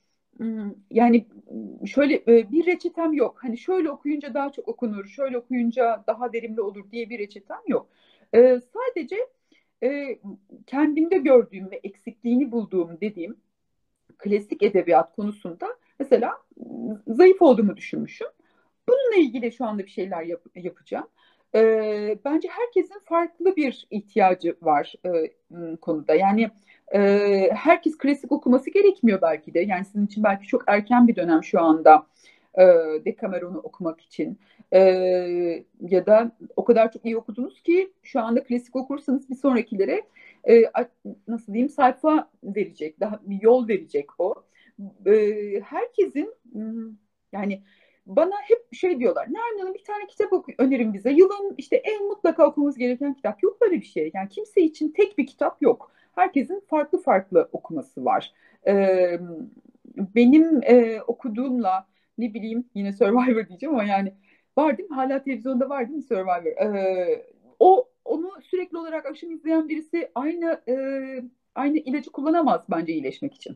yani şöyle bir reçetem yok. Hani şöyle okuyunca daha çok okunur, şöyle okuyunca daha verimli olur diye bir reçetem yok. Ee, sadece e, kendimde gördüğüm ve eksikliğini bulduğum dediğim klasik edebiyat konusunda mesela zayıf olduğumu düşünmüşüm. Bununla ilgili şu anda bir şeyler yap- yapacağım. Ee, bence herkesin farklı bir ihtiyacı var e, konuda. Yani e, herkes klasik okuması gerekmiyor belki de. Yani sizin için belki çok erken bir dönem şu anda e, Decameron'u okumak için. E, ya da o kadar çok iyi okudunuz ki şu anda klasik okursanız bir sonrakilere e, nasıl diyeyim, sayfa verecek, daha bir yol verecek o. E, herkesin yani bana hep şey diyorlar. Nermin Hanım bir tane kitap oku önerin bize. Yılın işte en mutlaka okumamız gereken kitap. Yok böyle bir şey. Yani kimse için tek bir kitap yok. Herkesin farklı farklı okuması var. Ee, benim e, okuduğumla ne bileyim, yine Survivor diyeceğim ama yani var değil mi? Hala televizyonda var değil mi Survivor? Ee, o onu sürekli olarak akşam izleyen birisi aynı e, aynı ilacı kullanamaz bence iyileşmek için.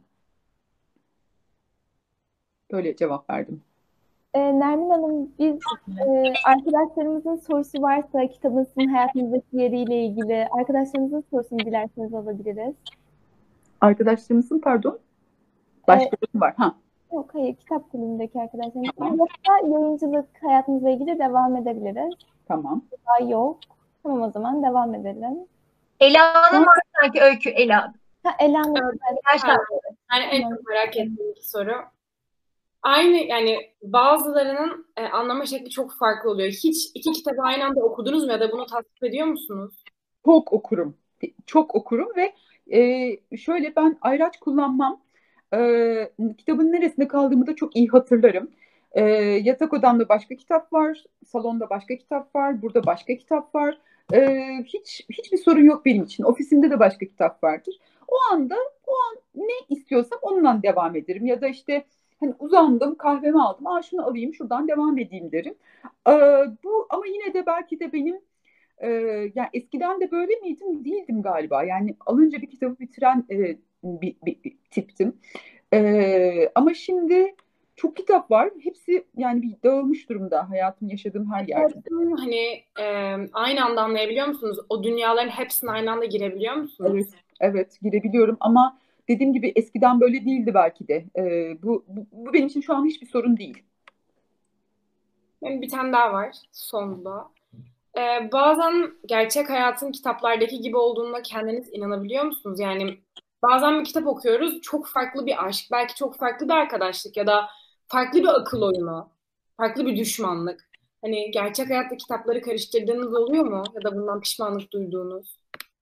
Böyle cevap verdim. Ee, Nermin Hanım, biz e, arkadaşlarımızın sorusu varsa kitabın sizin hayatınızdaki yeriyle ilgili arkadaşlarımızın sorusunu dilerseniz alabiliriz. Arkadaşlarımızın pardon? Başka bir var. Ha. Yok, hayır, kitap kulübündeki arkadaşlarımız var. Yoksa yayıncılık hayatınızla ilgili devam edebiliriz. Tamam. Daha yok. Tamam, o zaman devam edelim. Ela'nın var sanki öykü Ela. Ha, Ela'nın Evet. Aşağı. Yani en çok merak ettiğim iki soru. Aynı, yani bazılarının e, anlama şekli çok farklı oluyor. Hiç iki kitabı aynı anda okudunuz mu ya da bunu tasvip ediyor musunuz? Çok okurum. Çok okurum ve e, şöyle, ben ayraç kullanmam. E, kitabın neresinde kaldığımı da çok iyi hatırlarım. E, yatak odamda başka kitap var, salonda başka kitap var, burada başka kitap var. E, hiç hiçbir sorun yok benim için. Ofisimde de başka kitap vardır. O anda, o an ne istiyorsam ondan devam ederim. Ya da işte hani uzandım, kahvemi aldım, aa şunu alayım, şuradan devam edeyim derim. E, bu ama yine de belki de benim Ee, yani eskiden de böyle miydim? Değildim galiba. Yani alınca bir kitabı bitiren e, bir, bir, bir tiptim. Ee, ama şimdi çok kitap var. Hepsi yani bir dağılmış durumda hayatım, yaşadığım her yerde. Hani e, aynı anda anlayabiliyor musunuz? O dünyaların hepsine aynı anda girebiliyor musunuz? Evet, evet girebiliyorum ama dediğim gibi eskiden böyle değildi belki de. Ee, bu, bu, bu benim için şu an hiçbir sorun değil. Benim bir tane daha var sonda. Ee, bazen gerçek hayatın kitaplardaki gibi olduğuna kendiniz inanabiliyor musunuz? Yani bazen bir kitap okuyoruz, çok farklı bir aşk, belki çok farklı bir arkadaşlık ya da farklı bir akıl oyunu, farklı bir düşmanlık. Hani gerçek hayatta kitapları karıştırdığınız oluyor mu? Ya da bundan pişmanlık duyduğunuz?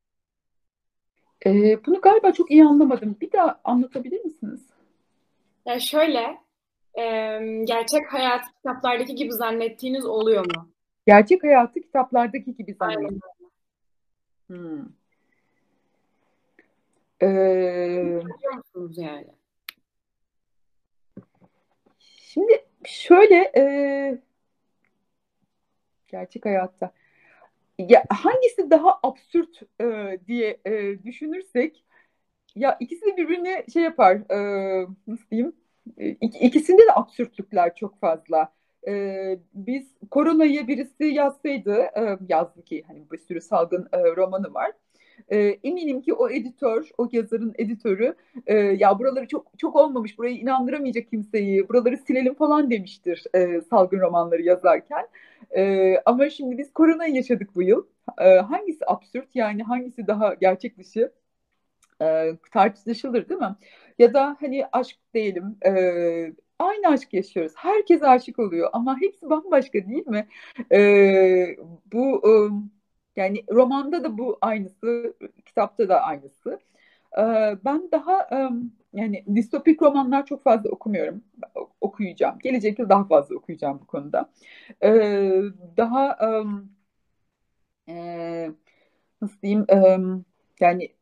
Ee, bunu galiba çok iyi anlamadım. Bir daha anlatabilir misiniz? Yani şöyle, e, gerçek hayat kitaplardaki gibi zannettiğiniz oluyor mu? Gerçek hayatı kitaplardaki gibi Aynen. zannediyorum. Hmm. Ee, Biliyor musunuz yani? Şimdi şöyle e, gerçek hayatta ya hangisi daha absürt e, diye e, düşünürsek ya ikisi de birbirine şey yapar e, nasıl diyeyim e, ik- ikisinde de absürtlükler çok fazla. E, biz koronayı birisi yazsaydı e, yazdı ki hani bir sürü salgın e, romanı var. E, eminim ki o editör, o yazarın editörü e, ya buraları çok çok olmamış, burayı inandıramayacak kimseyi, buraları silelim falan demiştir e, salgın romanları yazarken. E, ama şimdi biz koronayı yaşadık bu yıl. E, hangisi absürt yani hangisi daha gerçek dışı e, tartışılır değil mi? Ya da hani aşk diyelim e, aynı aşk yaşıyoruz. Herkes aşık oluyor ama hepsi bambaşka değil mi? E, bu e, yani romanda da bu aynısı, kitapta da aynısı. E, ben daha e, yani distopik romanlar çok fazla okumuyorum. Okuyacağım. Gelecek yıl daha fazla okuyacağım bu konuda. E, daha e, e, nasıl diyeyim e, yani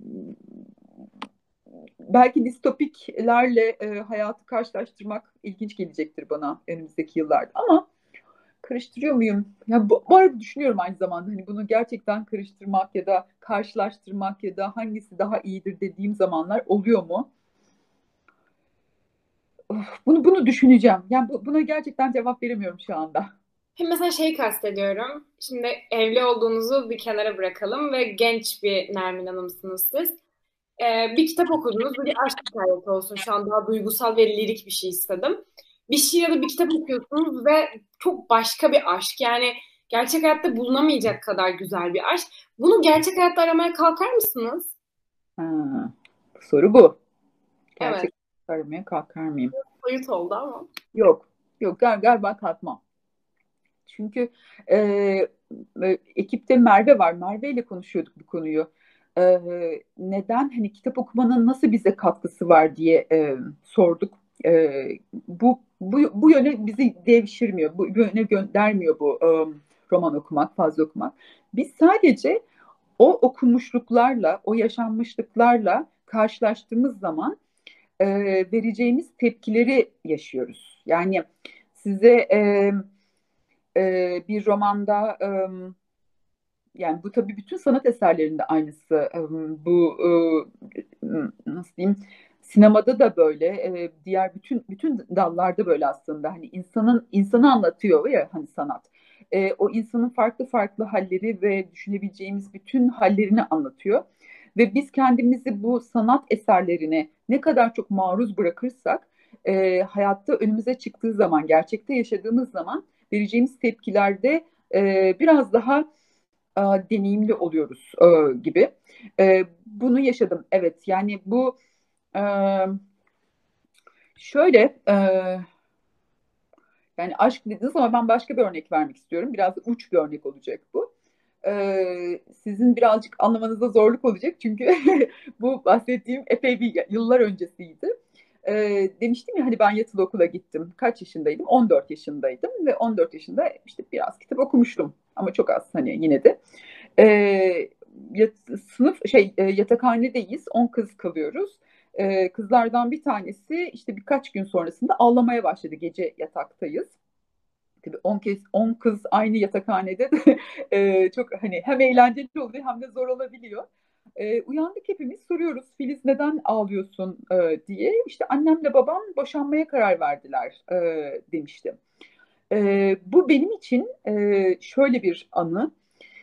belki distopiklerle e, hayatı karşılaştırmak ilginç gelecektir bana önümüzdeki yıllarda. Ama karıştırıyor muyum? Ya bu, bu arada düşünüyorum aynı zamanda hani bunu gerçekten karıştırmak ya da karşılaştırmak ya da hangisi daha iyidir dediğim zamanlar oluyor mu? Of, bunu bunu düşüneceğim. Yani bu, buna gerçekten cevap veremiyorum şu anda. Şimdi mesela şey kastediyorum. Şimdi evli olduğunuzu bir kenara bırakalım ve genç bir Nermin Hanım'sınız siz. Ee, bir kitap okudunuz, bu bir aşk hikayesi olsun. Şu an daha duygusal ve lirik bir şey istedim. Bir şey ya da bir kitap okuyorsunuz ve çok başka bir aşk. Yani gerçek hayatta bulunamayacak kadar güzel bir aşk. Bunu gerçek hayatta aramaya kalkar mısınız? Ha, soru bu. Evet. Gerçek aramaya kalkar mıyım? Soyut oldu ama. Yok. Yok gal- galiba kalkmam. Çünkü e, e, ekipte Merve var. Merve ile konuşuyorduk bu konuyu. E, neden hani kitap okumanın nasıl bize katkısı var diye e, sorduk. E, bu, bu bu yöne bizi devşirmiyor. Bu yöne göndermiyor bu e, roman okumak, fazla okumak. Biz sadece o okumuşluklarla, o yaşanmışlıklarla karşılaştığımız zaman e, vereceğimiz tepkileri yaşıyoruz. Yani size e, e, bir romanda e, yani bu tabii bütün sanat eserlerinde aynısı. E, bu e, nasıl diyeyim? Sinemada da böyle, e, diğer bütün bütün dallarda böyle aslında. Hani insanın insanı anlatıyor ya hani sanat. E, o insanın farklı farklı halleri ve düşünebileceğimiz bütün hallerini anlatıyor. Ve biz kendimizi bu sanat eserlerine ne kadar çok maruz bırakırsak, e, hayatta önümüze çıktığı zaman, gerçekte yaşadığımız zaman vereceğimiz tepkilerde e, biraz daha e, deneyimli oluyoruz e, gibi. E, bunu yaşadım. Evet, yani bu e, şöyle e, yani aşk dediniz ama ben başka bir örnek vermek istiyorum. Biraz da uç bir örnek olacak bu. E, sizin birazcık anlamanızda zorluk olacak çünkü bu bahsettiğim epey bir yıllar öncesiydi. E, demiştim ya hani ben yatılı okula gittim. Kaç yaşındaydım? on dört yaşındaydım ve on dört yaşında işte biraz kitap okumuştum ama çok az hani yine de. E, yat, sınıf şey e, yatakhanedeyiz. on kız kalıyoruz. E, kızlardan bir tanesi işte birkaç gün sonrasında ağlamaya başladı. Gece yataktayız. Tabii on kez on kız aynı yatakhanede e, çok hani hem eğlenceli oluyor hem de zor olabiliyor. E, uyandık hepimiz soruyoruz Filiz neden ağlıyorsun e, diye. İşte annemle babam boşanmaya karar verdiler e, demiştim. E, bu benim için e, şöyle bir anı.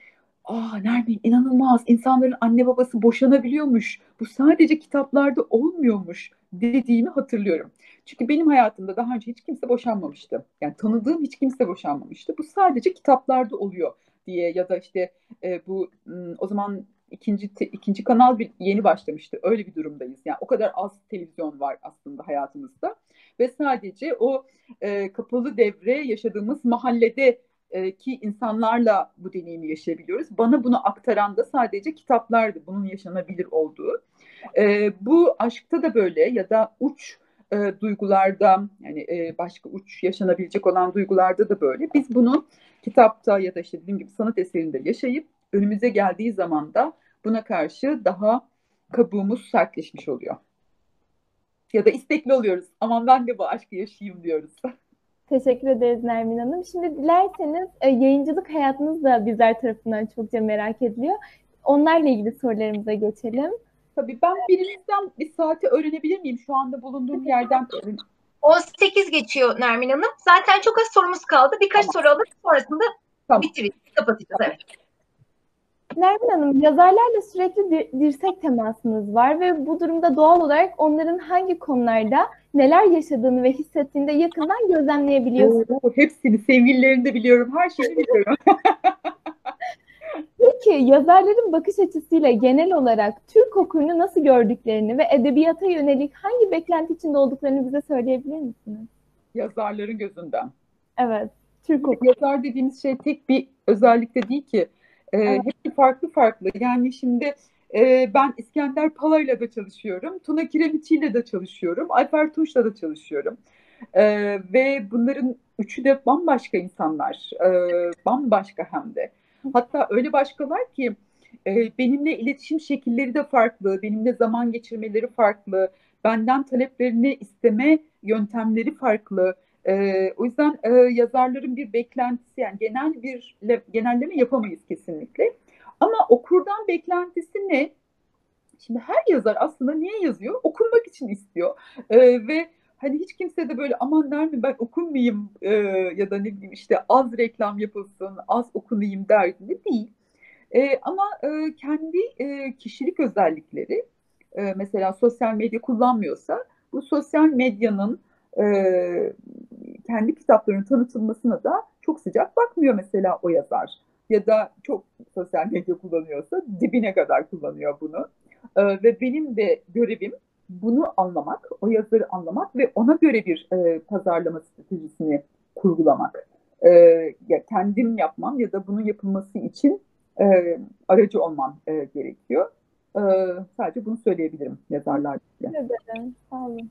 aa Nermin inanılmaz, insanların anne babası boşanabiliyormuş, bu sadece kitaplarda olmuyormuş dediğimi hatırlıyorum. Çünkü benim hayatımda daha önce hiç kimse boşanmamıştı. Yani tanıdığım hiç kimse boşanmamıştı. Bu sadece kitaplarda oluyor diye, ya da işte e, bu m, o zaman ikinci te- ikinci kanal bir yeni başlamıştı. Öyle bir durumdayız. Yani o kadar az televizyon var aslında hayatımızda ve sadece o e, kapalı devre yaşadığımız mahallede e, ki insanlarla bu deneyimi yaşayabiliyoruz. Bana bunu aktaran da sadece kitaplardı, bunun yaşanabilir olduğu. E, bu aşkta da böyle, ya da uç e, duygularda, yani e, başka uç yaşanabilecek olan duygularda da böyle. Biz bunu kitapta ya da işte dediğim gibi sanat eserinde yaşayıp önümüze geldiği zaman da buna karşı daha kabuğumuz sertleşmiş oluyor. Ya da istekli oluyoruz. Aman ben de bu aşkı yaşayayım diyoruz. Teşekkür ederiz Nermin Hanım. Şimdi dilerseniz e, yayıncılık hayatınız da bizler tarafından çokça merak ediliyor. Onlarla ilgili sorularımıza geçelim. Tabii, ben birinizden bir saati öğrenebilir miyim? Şu anda bulunduğum yerden öğren- on sekiz geçiyor Nermin Hanım. Zaten çok az sorumuz kaldı. Birkaç Tamam. soru alıp sonrasında Tamam. bitirip kapatacağız. Evet. Nermin Hanım, yazarlarla sürekli di- dirsek temasınız var ve bu durumda doğal olarak onların hangi konularda neler yaşadığını ve hissettiğini de yakından gözlemleyebiliyorsunuz. Oo, hepsini, sevgililerini de biliyorum. Her şeyi biliyorum. Peki yazarların bakış açısıyla genel olarak Türk okurunu nasıl gördüklerini ve edebiyata yönelik hangi beklenti içinde olduklarını bize söyleyebilir misiniz? Yazarların gözünden. Evet, Türk okuru. Yazar dediğimiz şey tek bir özellikte değil ki. Ee, Evet. Hepsi farklı farklı. Yani şimdi e, ben İskender Pala'yla da çalışıyorum. Tuna Kiremiçi'yle de çalışıyorum. Alper Tunç'la da çalışıyorum. Ee, ve bunların üçü de bambaşka insanlar. Ee, bambaşka hem de. Hatta öyle başkalar ki e, benimle iletişim şekilleri de farklı. Benimle zaman geçirmeleri farklı. Benden taleplerini isteme yöntemleri farklı. Ee, o yüzden e, yazarların bir beklentisi, yani genel bir le- genelleme yapamayız kesinlikle. Ama okurdan beklentisi ne? Şimdi her yazar aslında niye yazıyor? Okunmak için istiyor. Ee, ve hani hiç kimse de böyle aman Nermin ben okunmayayım e, ya da ne bileyim işte az reklam yapılsın, az okunayım derdinde değil. E, ama e, kendi e, kişilik özellikleri, e, mesela sosyal medya kullanmıyorsa bu sosyal medyanın e, kendi kitaplarının tanıtılmasına da çok sıcak bakmıyor mesela o yazar. Ya da çok sosyal medya kullanıyorsa dibine kadar kullanıyor bunu. E, ve benim de görevim bunu anlamak, o yazarı anlamak ve ona göre bir e, pazarlama stratejisini kurgulamak. E, ya kendim yapmam ya da bunun yapılması için e, aracı olmam e, gerekiyor. E, sadece bunu söyleyebilirim yazarlar diye. Teşekkür ederim. Sağ olun.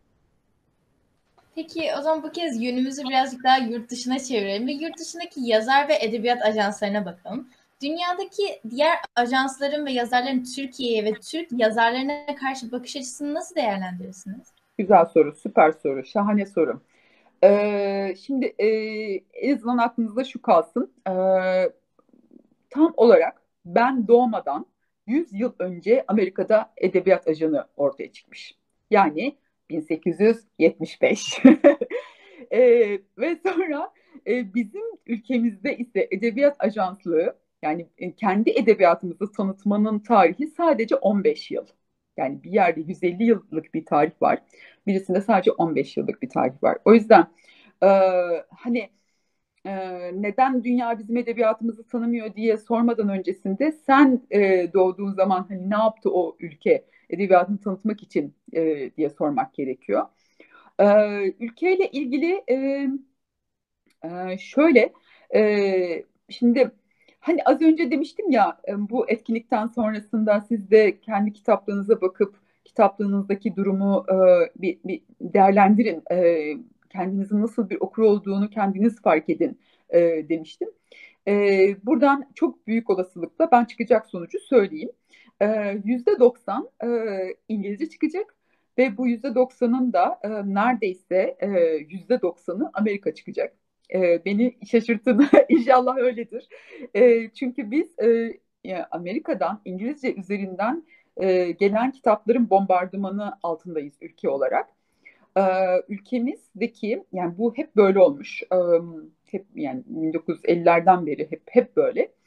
Peki o zaman bu kez yönümüzü birazcık daha yurt dışına çevirelim ve yurt dışındaki yazar ve edebiyat ajanslarına bakalım. Dünyadaki diğer ajansların ve yazarların Türkiye'ye ve Türk yazarlarına karşı bakış açısını nasıl değerlendirirsiniz? Güzel soru, süper soru, şahane soru. E, şimdi e, en azından aklınızda şu kalsın. E, tam olarak ben doğmadan yüz yıl önce Amerika'da edebiyat ajanı ortaya çıkmış. Yani bin sekiz yüz yetmiş beş. e, ve sonra e, bizim ülkemizde ise edebiyat ajanslığı, yani e, kendi edebiyatımızı tanıtmanın tarihi sadece on beş yıl. Yani bir yerde yüz elli yıllık bir tarih var. Birisinde sadece on beş yıllık bir tarih var. O yüzden e, hani ee, neden dünya bizim edebiyatımızı tanımıyor diye sormadan öncesinde sen e, doğduğun zaman hani ne yaptı o ülke edebiyatını tanıtmak için e, diye sormak gerekiyor. Ee, ülkeyle ilgili e, e, şöyle e, şimdi hani az önce demiştim ya, e, bu etkinlikten sonrasında siz de kendi kitaplarınıza bakıp kitaplığınızdaki durumu e, bir, bir değerlendirin. E, kendinizin nasıl bir okur olduğunu kendiniz fark edin e, demiştim. E, buradan çok büyük olasılıkla ben çıkacak sonucu söyleyeyim. E, yüzde doksan e, İngilizce çıkacak ve bu yüzde doksanın da e, neredeyse e, yüzde doksanı Amerika çıkacak. E, beni şaşırtın, inşallah öyledir. E, çünkü biz e, ya Amerika'dan İngilizce üzerinden e, gelen kitapların bombardımanı altındayız ülke olarak. E, ülkemizdeki, yani bu hep böyle olmuş. E, hep yani bin dokuz yüz ellilerden beri hep hep böyle.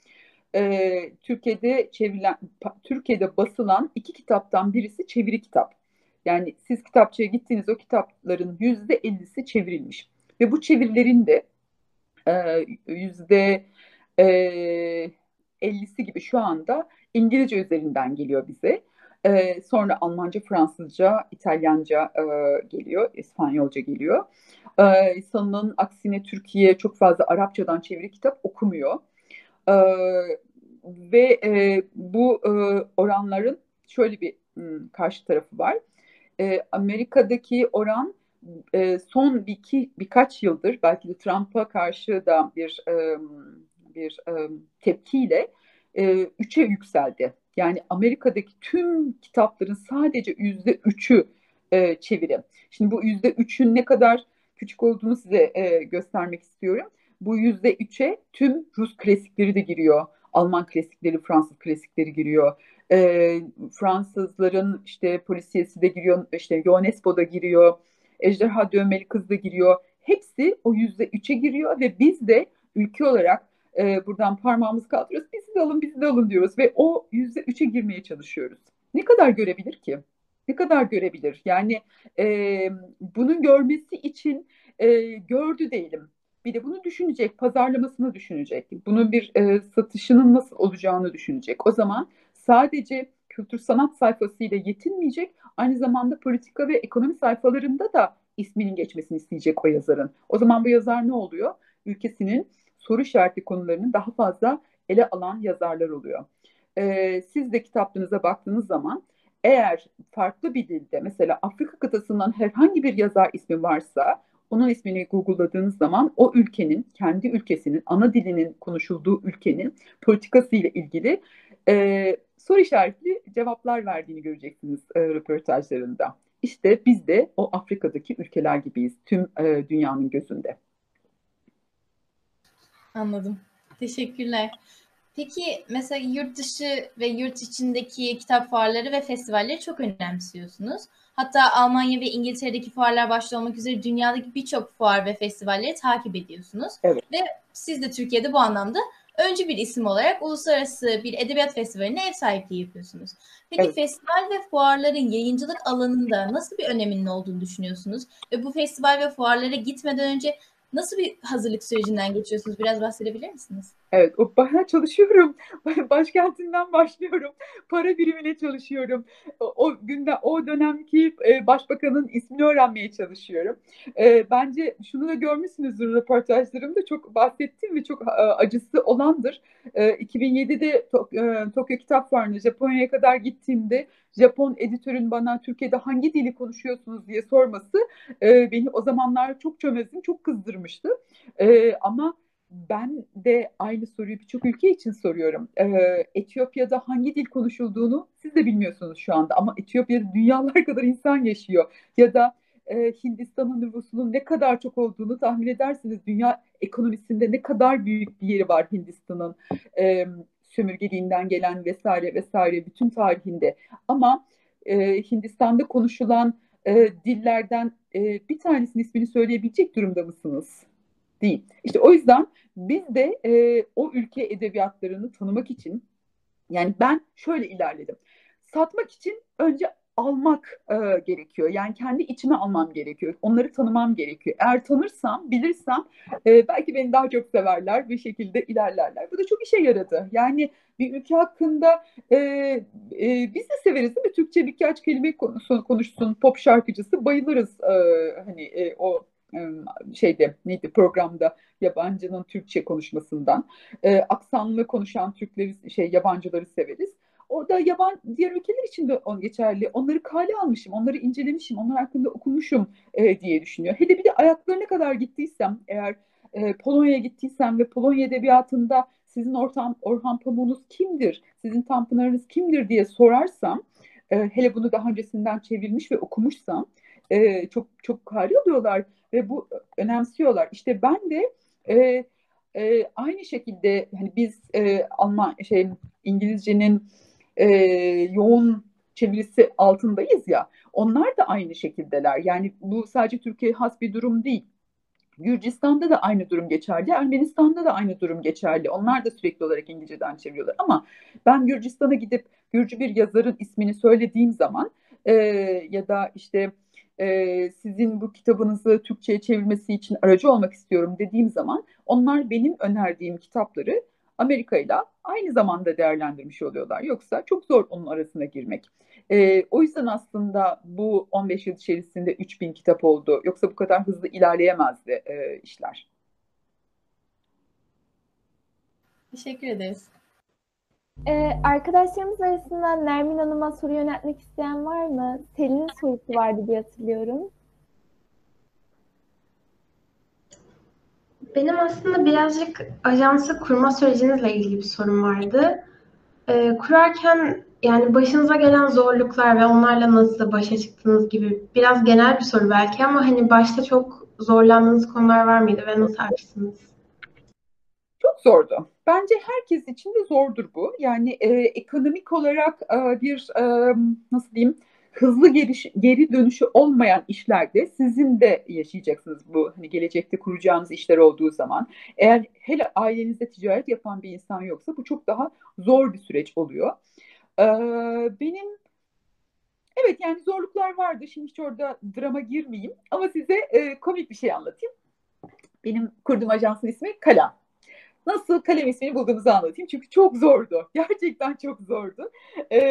e, Türkiye'de çevrilen, Türkiye'de basılan iki kitaptan birisi çeviri kitap. Yani siz kitapçıya gittiğiniz o kitapların yüzde ellisi çevrilmiş. Ve bu çevirilerin de e, yüzde ellisi gibi şu anda İngilizce üzerinden geliyor bize. E, sonra Almanca, Fransızca, İtalyanca e, geliyor, İspanyolca geliyor. E, sanılanın aksine Türkiye çok fazla Arapçadan çeviri kitap okumuyor. E, ve e, bu e, oranların şöyle bir m, karşı tarafı var. E, Amerika'daki oran e, son bir iki birkaç yıldır belki de Trump'a karşı da bir e, bir e, tepkiyle e, üçe yükseldi. Yani Amerika'daki tüm kitapların sadece yüzde üçü e, çeviri. Şimdi bu yüzde üçün ne kadar küçük olduğunu size e, göstermek istiyorum. Bu yüzde üçe tüm Rus klasikleri de giriyor. Alman klasikleri, Fransız klasikleri giriyor. E, Fransızların işte Polisiyesi de giriyor, işte Ionesco da giriyor, Ejderha Dövmeli Kız da giriyor. Hepsi o yüzde üçe giriyor ve biz de ülke olarak e, buradan parmağımızı kaldırıyoruz. Bizi de alın, bizi de alın diyoruz ve o yüzde üçe girmeye çalışıyoruz. Ne kadar görebilir ki? Ne kadar görebilir? Yani e, bunun görmesi için e, gördü değilim. Bir de bunu düşünecek, pazarlamasını düşünecek, bunun bir e, satışının nasıl olacağını düşünecek. O zaman sadece kültür sanat sayfasıyla yetinmeyecek, aynı zamanda politika ve ekonomi sayfalarında da isminin geçmesini isteyecek o yazarın. O zaman bu yazar ne oluyor? Ülkesinin soru işaretli konularını daha fazla ele alan yazarlar oluyor. Ee, siz de kitaplarınıza baktığınız zaman eğer farklı bir dilde, mesela Afrika kıtasından herhangi bir yazar ismi varsa, onun ismini Google'ladığınız zaman o ülkenin, kendi ülkesinin, ana dilinin konuşulduğu ülkenin politikası ile ilgili e, soru işaretli cevaplar verdiğini göreceksiniz e, röportajlarında. İşte biz de o Afrika'daki ülkeler gibiyiz tüm e, dünyanın gözünde. Anladım. Teşekkürler. Peki mesela yurt dışı ve yurt içindeki kitap fuarları ve festivalleri çok önemsiyorsunuz. Hatta Almanya ve İngiltere'deki fuarlar başta olmak üzere dünyadaki birçok fuar ve festivalleri takip ediyorsunuz. Evet. Ve siz de Türkiye'de bu anlamda öncü bir isim olarak uluslararası bir edebiyat festivaline ev sahipliği yapıyorsunuz. Peki Evet. festival ve fuarların yayıncılık alanında nasıl bir öneminin olduğunu düşünüyorsunuz? Ve bu festival ve fuarlara gitmeden önce nasıl bir hazırlık sürecinden geçiyorsunuz? Biraz bahsedebilir misiniz? Evet, o bayağı çalışıyorum. Başkentinden başlıyorum. Para birimine çalışıyorum. O, o günde, o dönemki e, başbakanın ismini öğrenmeye çalışıyorum. E, bence şunu da görmüşsünüzdür röportajlarımda, çok bahsettiğim ve çok e, acısı olandır. E, iki bin yedide Tok- e, Tokyo Kitap Fuarı'na Japonya'ya kadar gittiğimde Japon editörün bana Türkiye'de hangi dili konuşuyorsunuz diye sorması e, beni o zamanlar çok çömezdim, çok kızdırmıştı. E, ama ben de aynı soruyu birçok ülke için soruyorum. Ee, Etiyopya'da hangi dil konuşulduğunu siz de bilmiyorsunuz şu anda, ama Etiyopya'da dünyalar kadar insan yaşıyor. Ya da e, Hindistan'ın nüfusunun ne kadar çok olduğunu tahmin edersiniz. Dünya ekonomisinde ne kadar büyük bir yeri var Hindistan'ın, e, sömürgeliğinden gelen vesaire vesaire bütün tarihinde. Ama e, Hindistan'da konuşulan e, dillerden e, bir tanesinin ismini söyleyebilecek durumda mısınız? Değil. İşte o yüzden biz de e, o ülke edebiyatlarını tanımak için, yani ben şöyle ilerledim. Satmak için önce almak e, gerekiyor. Yani kendi içime almam gerekiyor. Onları tanımam gerekiyor. Eğer tanırsam, bilirsem e, belki beni daha çok severler, bir şekilde ilerlerler. Bu da çok işe yaradı. Yani bir ülke hakkında e, e, biz de severiz değil mi? Türkçe birkaç kelime konuşsun, konuşsun pop şarkıcısı, bayılırız. E, hani e, o şeyde neydi programda yabancının Türkçe konuşmasından, e, aksanlı konuşan Türkleri, şey yabancıları severiz. O da yaban diğer ülkeler için de on geçerli. Onları kale almışım, onları incelemişim, onlar hakkında okumuşum e, diye düşünüyor. Hele bir de ayaklarına kadar gittiysem, eğer e, Polonya'ya gittiysem ve Polonya edebiyatında sizin Orhan, Orhan Pamuk'unuz kimdir, sizin Tanpınar'ınız kimdir diye sorarsam, e, hele bunu daha öncesinden çevirmiş ve okumuşsam, e, çok çok kari oluyorlar ve bu önemsiyorlar. İşte ben de e, e, aynı şekilde, hani biz e, Alman şey İngilizcenin e, yoğun çevirisi altındayız ya, onlar da aynı şekildeler. Yani bu sadece Türkiye'ye has bir durum değil. Gürcistan'da da aynı durum geçerli, Ermenistan'da da aynı durum geçerli. Onlar da sürekli olarak İngilizceden çeviriyorlar. Ama ben Gürcistan'a gidip Gürcü bir yazarın ismini söylediğim zaman e, ya da işte e, sizin bu kitabınızı Türkçe'ye çevirmesi için aracı olmak istiyorum dediğim zaman onlar benim önerdiğim kitapları Amerika ile aynı zamanda değerlendirmiş oluyorlar. Yoksa çok zor onun arasına girmek. E, o yüzden aslında bu on beş yıl içerisinde üç bin kitap oldu. Yoksa bu kadar hızlı ilerleyemezdi e, işler. Teşekkür ederiz. Ee, arkadaşlarımız arasından Nermin Hanım'a soru yöneltmek isteyen var mı? Selin'in sorusu vardı diye hatırlıyorum. Benim aslında birazcık ajansı kurma sürecinizle ilgili bir sorum vardı. Ee, kurarken yani başınıza gelen zorluklar ve onlarla nasıl başa çıktığınız gibi biraz genel bir soru belki ama hani başta çok zorlandığınız konular var mıydı ve nasıl aştınız? Çok zordu. Bence herkes için de zordur bu. Yani e, ekonomik olarak e, bir e, nasıl diyeyim hızlı geri, geri dönüşü olmayan işlerde sizin de yaşayacaksınız bu. Hani gelecekte kuracağınız işler olduğu zaman. Eğer hele ailenizde ticaret yapan bir insan yoksa bu çok daha zor bir süreç oluyor. E, benim evet yani zorluklar vardı. Şimdi hiç orada drama girmeyeyim ama size e, komik bir şey anlatayım. Benim kurduğum ajansın ismi Kalem. Nasıl kalem ismini bulduğumuzu anlatayım. Çünkü çok zordu. Gerçekten çok zordu. Ee,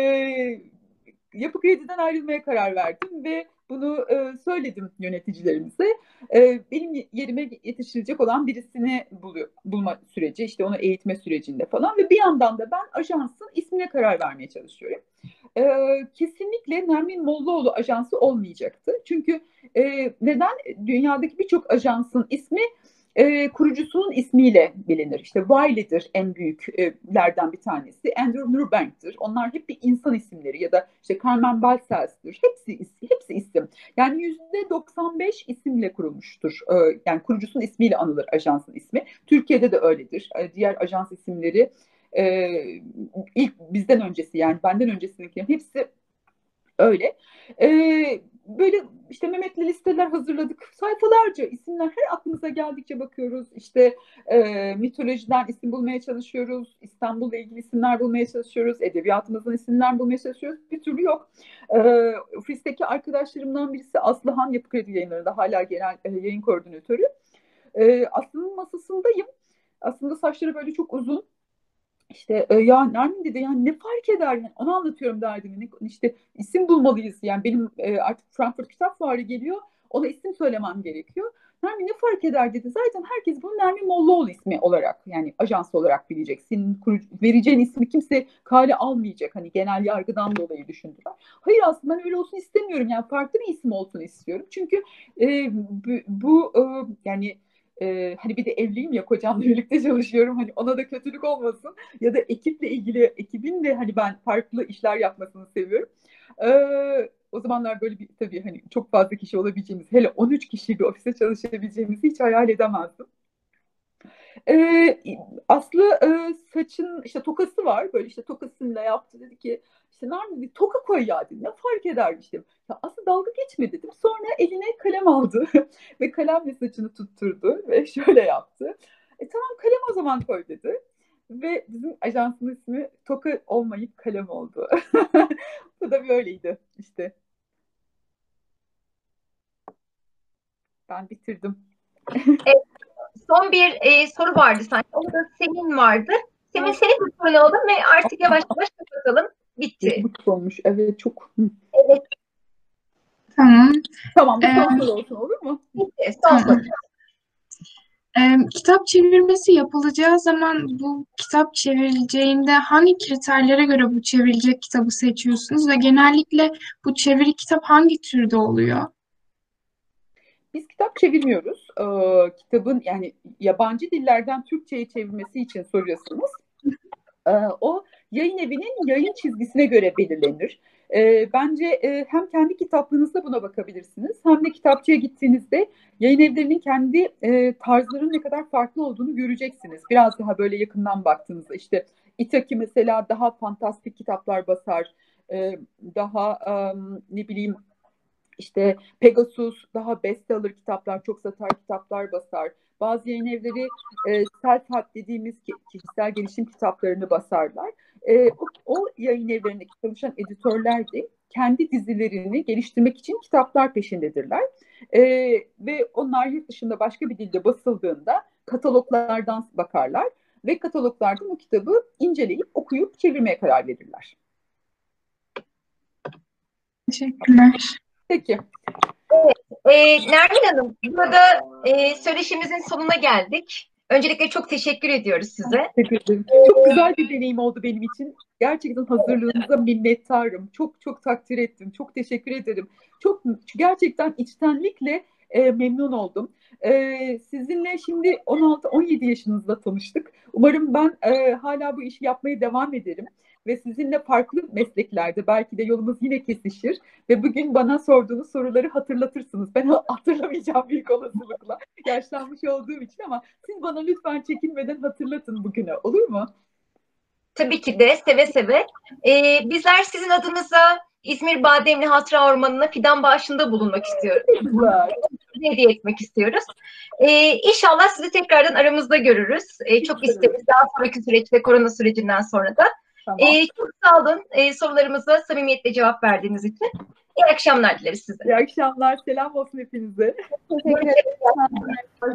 Yapı Kredi'den ayrılmaya karar verdim ve bunu e, söyledim yöneticilerimize. E, benim yerime yetiştirecek olan birisini buluyor, bulma süreci, işte onu eğitme sürecinde falan ve bir yandan da ben ajansın ismine karar vermeye çalışıyorum. E, kesinlikle Nermin Mollaoğlu ajansı olmayacaktı. Çünkü e, neden? Dünyadaki birçok ajansın ismi E, kurucusunun ismiyle bilinir. İşte Wiley'dir en büyüklerden bir tanesi. Andrew Nurbank'tir. Onlar hep bir insan isimleri ya da işte Carmen Balcel's'tir. Hepsi hepsi isim. Yani yüzde doksan beş isimle kurulmuştur. E, yani kurucusunun ismiyle anılır ajansın ismi. Türkiye'de de öyledir. E, diğer ajans isimleri e, ilk bizden öncesi yani benden öncesindekilerin hepsi öyle. Ee, böyle işte Mehmet'le listeler hazırladık. Sayfalarca isimler her aklımıza geldikçe bakıyoruz. İşte e, mitolojiden isim bulmaya çalışıyoruz. İstanbul'la ilgili isimler bulmaya çalışıyoruz. Edebiyatımızdan isimler bulmaya çalışıyoruz. Bir türlü yok. Ee, ofisteki arkadaşlarımdan birisi Aslıhan, Yapı Kredi Yayınları'nda hala genel e, yayın koordinatörü. Ee, Aslı'nın masasındayım. Aslında saçları böyle çok uzun. İşte e, ya Nermin dedi yani ne fark eder yani onu anlatıyorum derdimi işte isim bulmalıyız yani benim e, artık Frankfurt Kitap Fuarı geliyor ona isim söylemem gerekiyor. Nermin ne fark eder dedi zaten herkes bunu Nermin Mollaoğlu ismi olarak yani ajans olarak bilecek senin kurucu, vereceğin ismi kimse kale almayacak hani genel yargıdan dolayı düşündüler. Hayır aslında ben öyle olsun istemiyorum yani farklı bir isim olsun istiyorum çünkü e, bu, bu e, yani Ee, hani bir de evliyim ya kocamla birlikte çalışıyorum hani ona da kötülük olmasın ya da ekiple ilgili ekibin de hani ben farklı işler yapmasını seviyorum. Ee, o zamanlar böyle bir tabii hani çok fazla kişi olabileceğimiz hele on üç kişi bir ofiste çalışabileceğimizi hiç hayal edemezdim. Ee, Aslı e, saçın işte tokası var böyle işte tokasıyla yaptı dedi ki işte Nermin bir toka koy ya dedi ne fark eder işte ya Aslı dalga geçme dedim sonra eline kalem aldı ve kalemle saçını tutturdu ve şöyle yaptı e tamam kalem o zaman koy dedi ve bizim ajansın ismi toka olmayıp kalem oldu. Bu da böyleydi işte. Ben bitirdim. Evet, son bir e, soru vardı sanki. O da Selin vardı. Selin senin bir sorun oldu ve artık yavaş yavaş kapatalım. Bitti. Çok olmuş. Evet çok. Evet. Tamam. Tamam. Bir Ee, son soru olsun olur mu? Bitti. Son soru. Ee, kitap çevirmesi yapılacağı zaman bu kitap çevrileceğinde hangi kriterlere göre bu çevrilecek kitabı seçiyorsunuz ve genellikle bu çeviri kitap hangi türde oluyor? Biz kitap çevirmiyoruz. Ee, kitabın yani yabancı dillerden Türkçe'ye çevirmesi için soruyorsunuz. Ee, o yayın evinin yayın çizgisine göre belirlenir. Ee, bence e, hem kendi kitaplığınızda buna bakabilirsiniz hem de kitapçıya gittiğinizde yayın evlerinin kendi e, tarzlarının ne kadar farklı olduğunu göreceksiniz. Biraz daha böyle yakından baktığınızda işte İtaki mesela daha fantastik kitaplar basar, e, daha e, ne bileyim İşte Pegasus daha bestseller kitaplar, çok satar kitaplar basar. Bazı yayın evleri e, self-help dediğimiz kişisel gelişim kitaplarını basarlar. E, o, o yayın evlerindeki çalışan editörler de kendi dizilerini geliştirmek için kitaplar peşindedirler. E, ve onlar yurt dışında başka bir dilde basıldığında kataloglardan bakarlar ve kataloglardan o kitabı inceleyip okuyup çevirmeye karar verirler. Teşekkürler. Peki. Evet, e, Nermin Hanım, burada e, söyleşimizin sonuna geldik. Öncelikle çok teşekkür ediyoruz size. Teşekkür ederim. Çok güzel bir deneyim oldu benim için. Gerçekten hazırlığınıza minnettarım. Çok çok takdir ettim. Çok teşekkür ederim. Çok gerçekten içtenlikle e, memnun oldum. E, sizinle şimdi on altı on yedi yaşınızda tanıştık. Umarım ben e, hala bu işi yapmaya devam ederim. Ve sizinle farklı mesleklerde belki de yolumuz yine kesişir. Ve bugün bana sorduğunuz soruları hatırlatırsınız. Ben hatırlamayacağım büyük olasılıkla. Yaşlanmış olduğum için ama siz bana lütfen çekinmeden hatırlatın bugüne. Olur mu? Tabii ki de seve seve. Ee, bizler sizin adınıza İzmir Bademli Hatıra Ormanı'na fidan bağışında bulunmak istiyoruz. Güzel. Hediye etmek istiyoruz. Ee, İnşallah sizi tekrardan aramızda görürüz. Ee, çok isteriz. Daha sonraki süreçte, korona sürecinden sonra da. Tamam. Ee, çok sağ olun ee, sorularımıza samimiyetle cevap verdiğiniz için. İyi akşamlar dileriz size. İyi akşamlar. Selam olsun hepinize. Teşekkür ederim.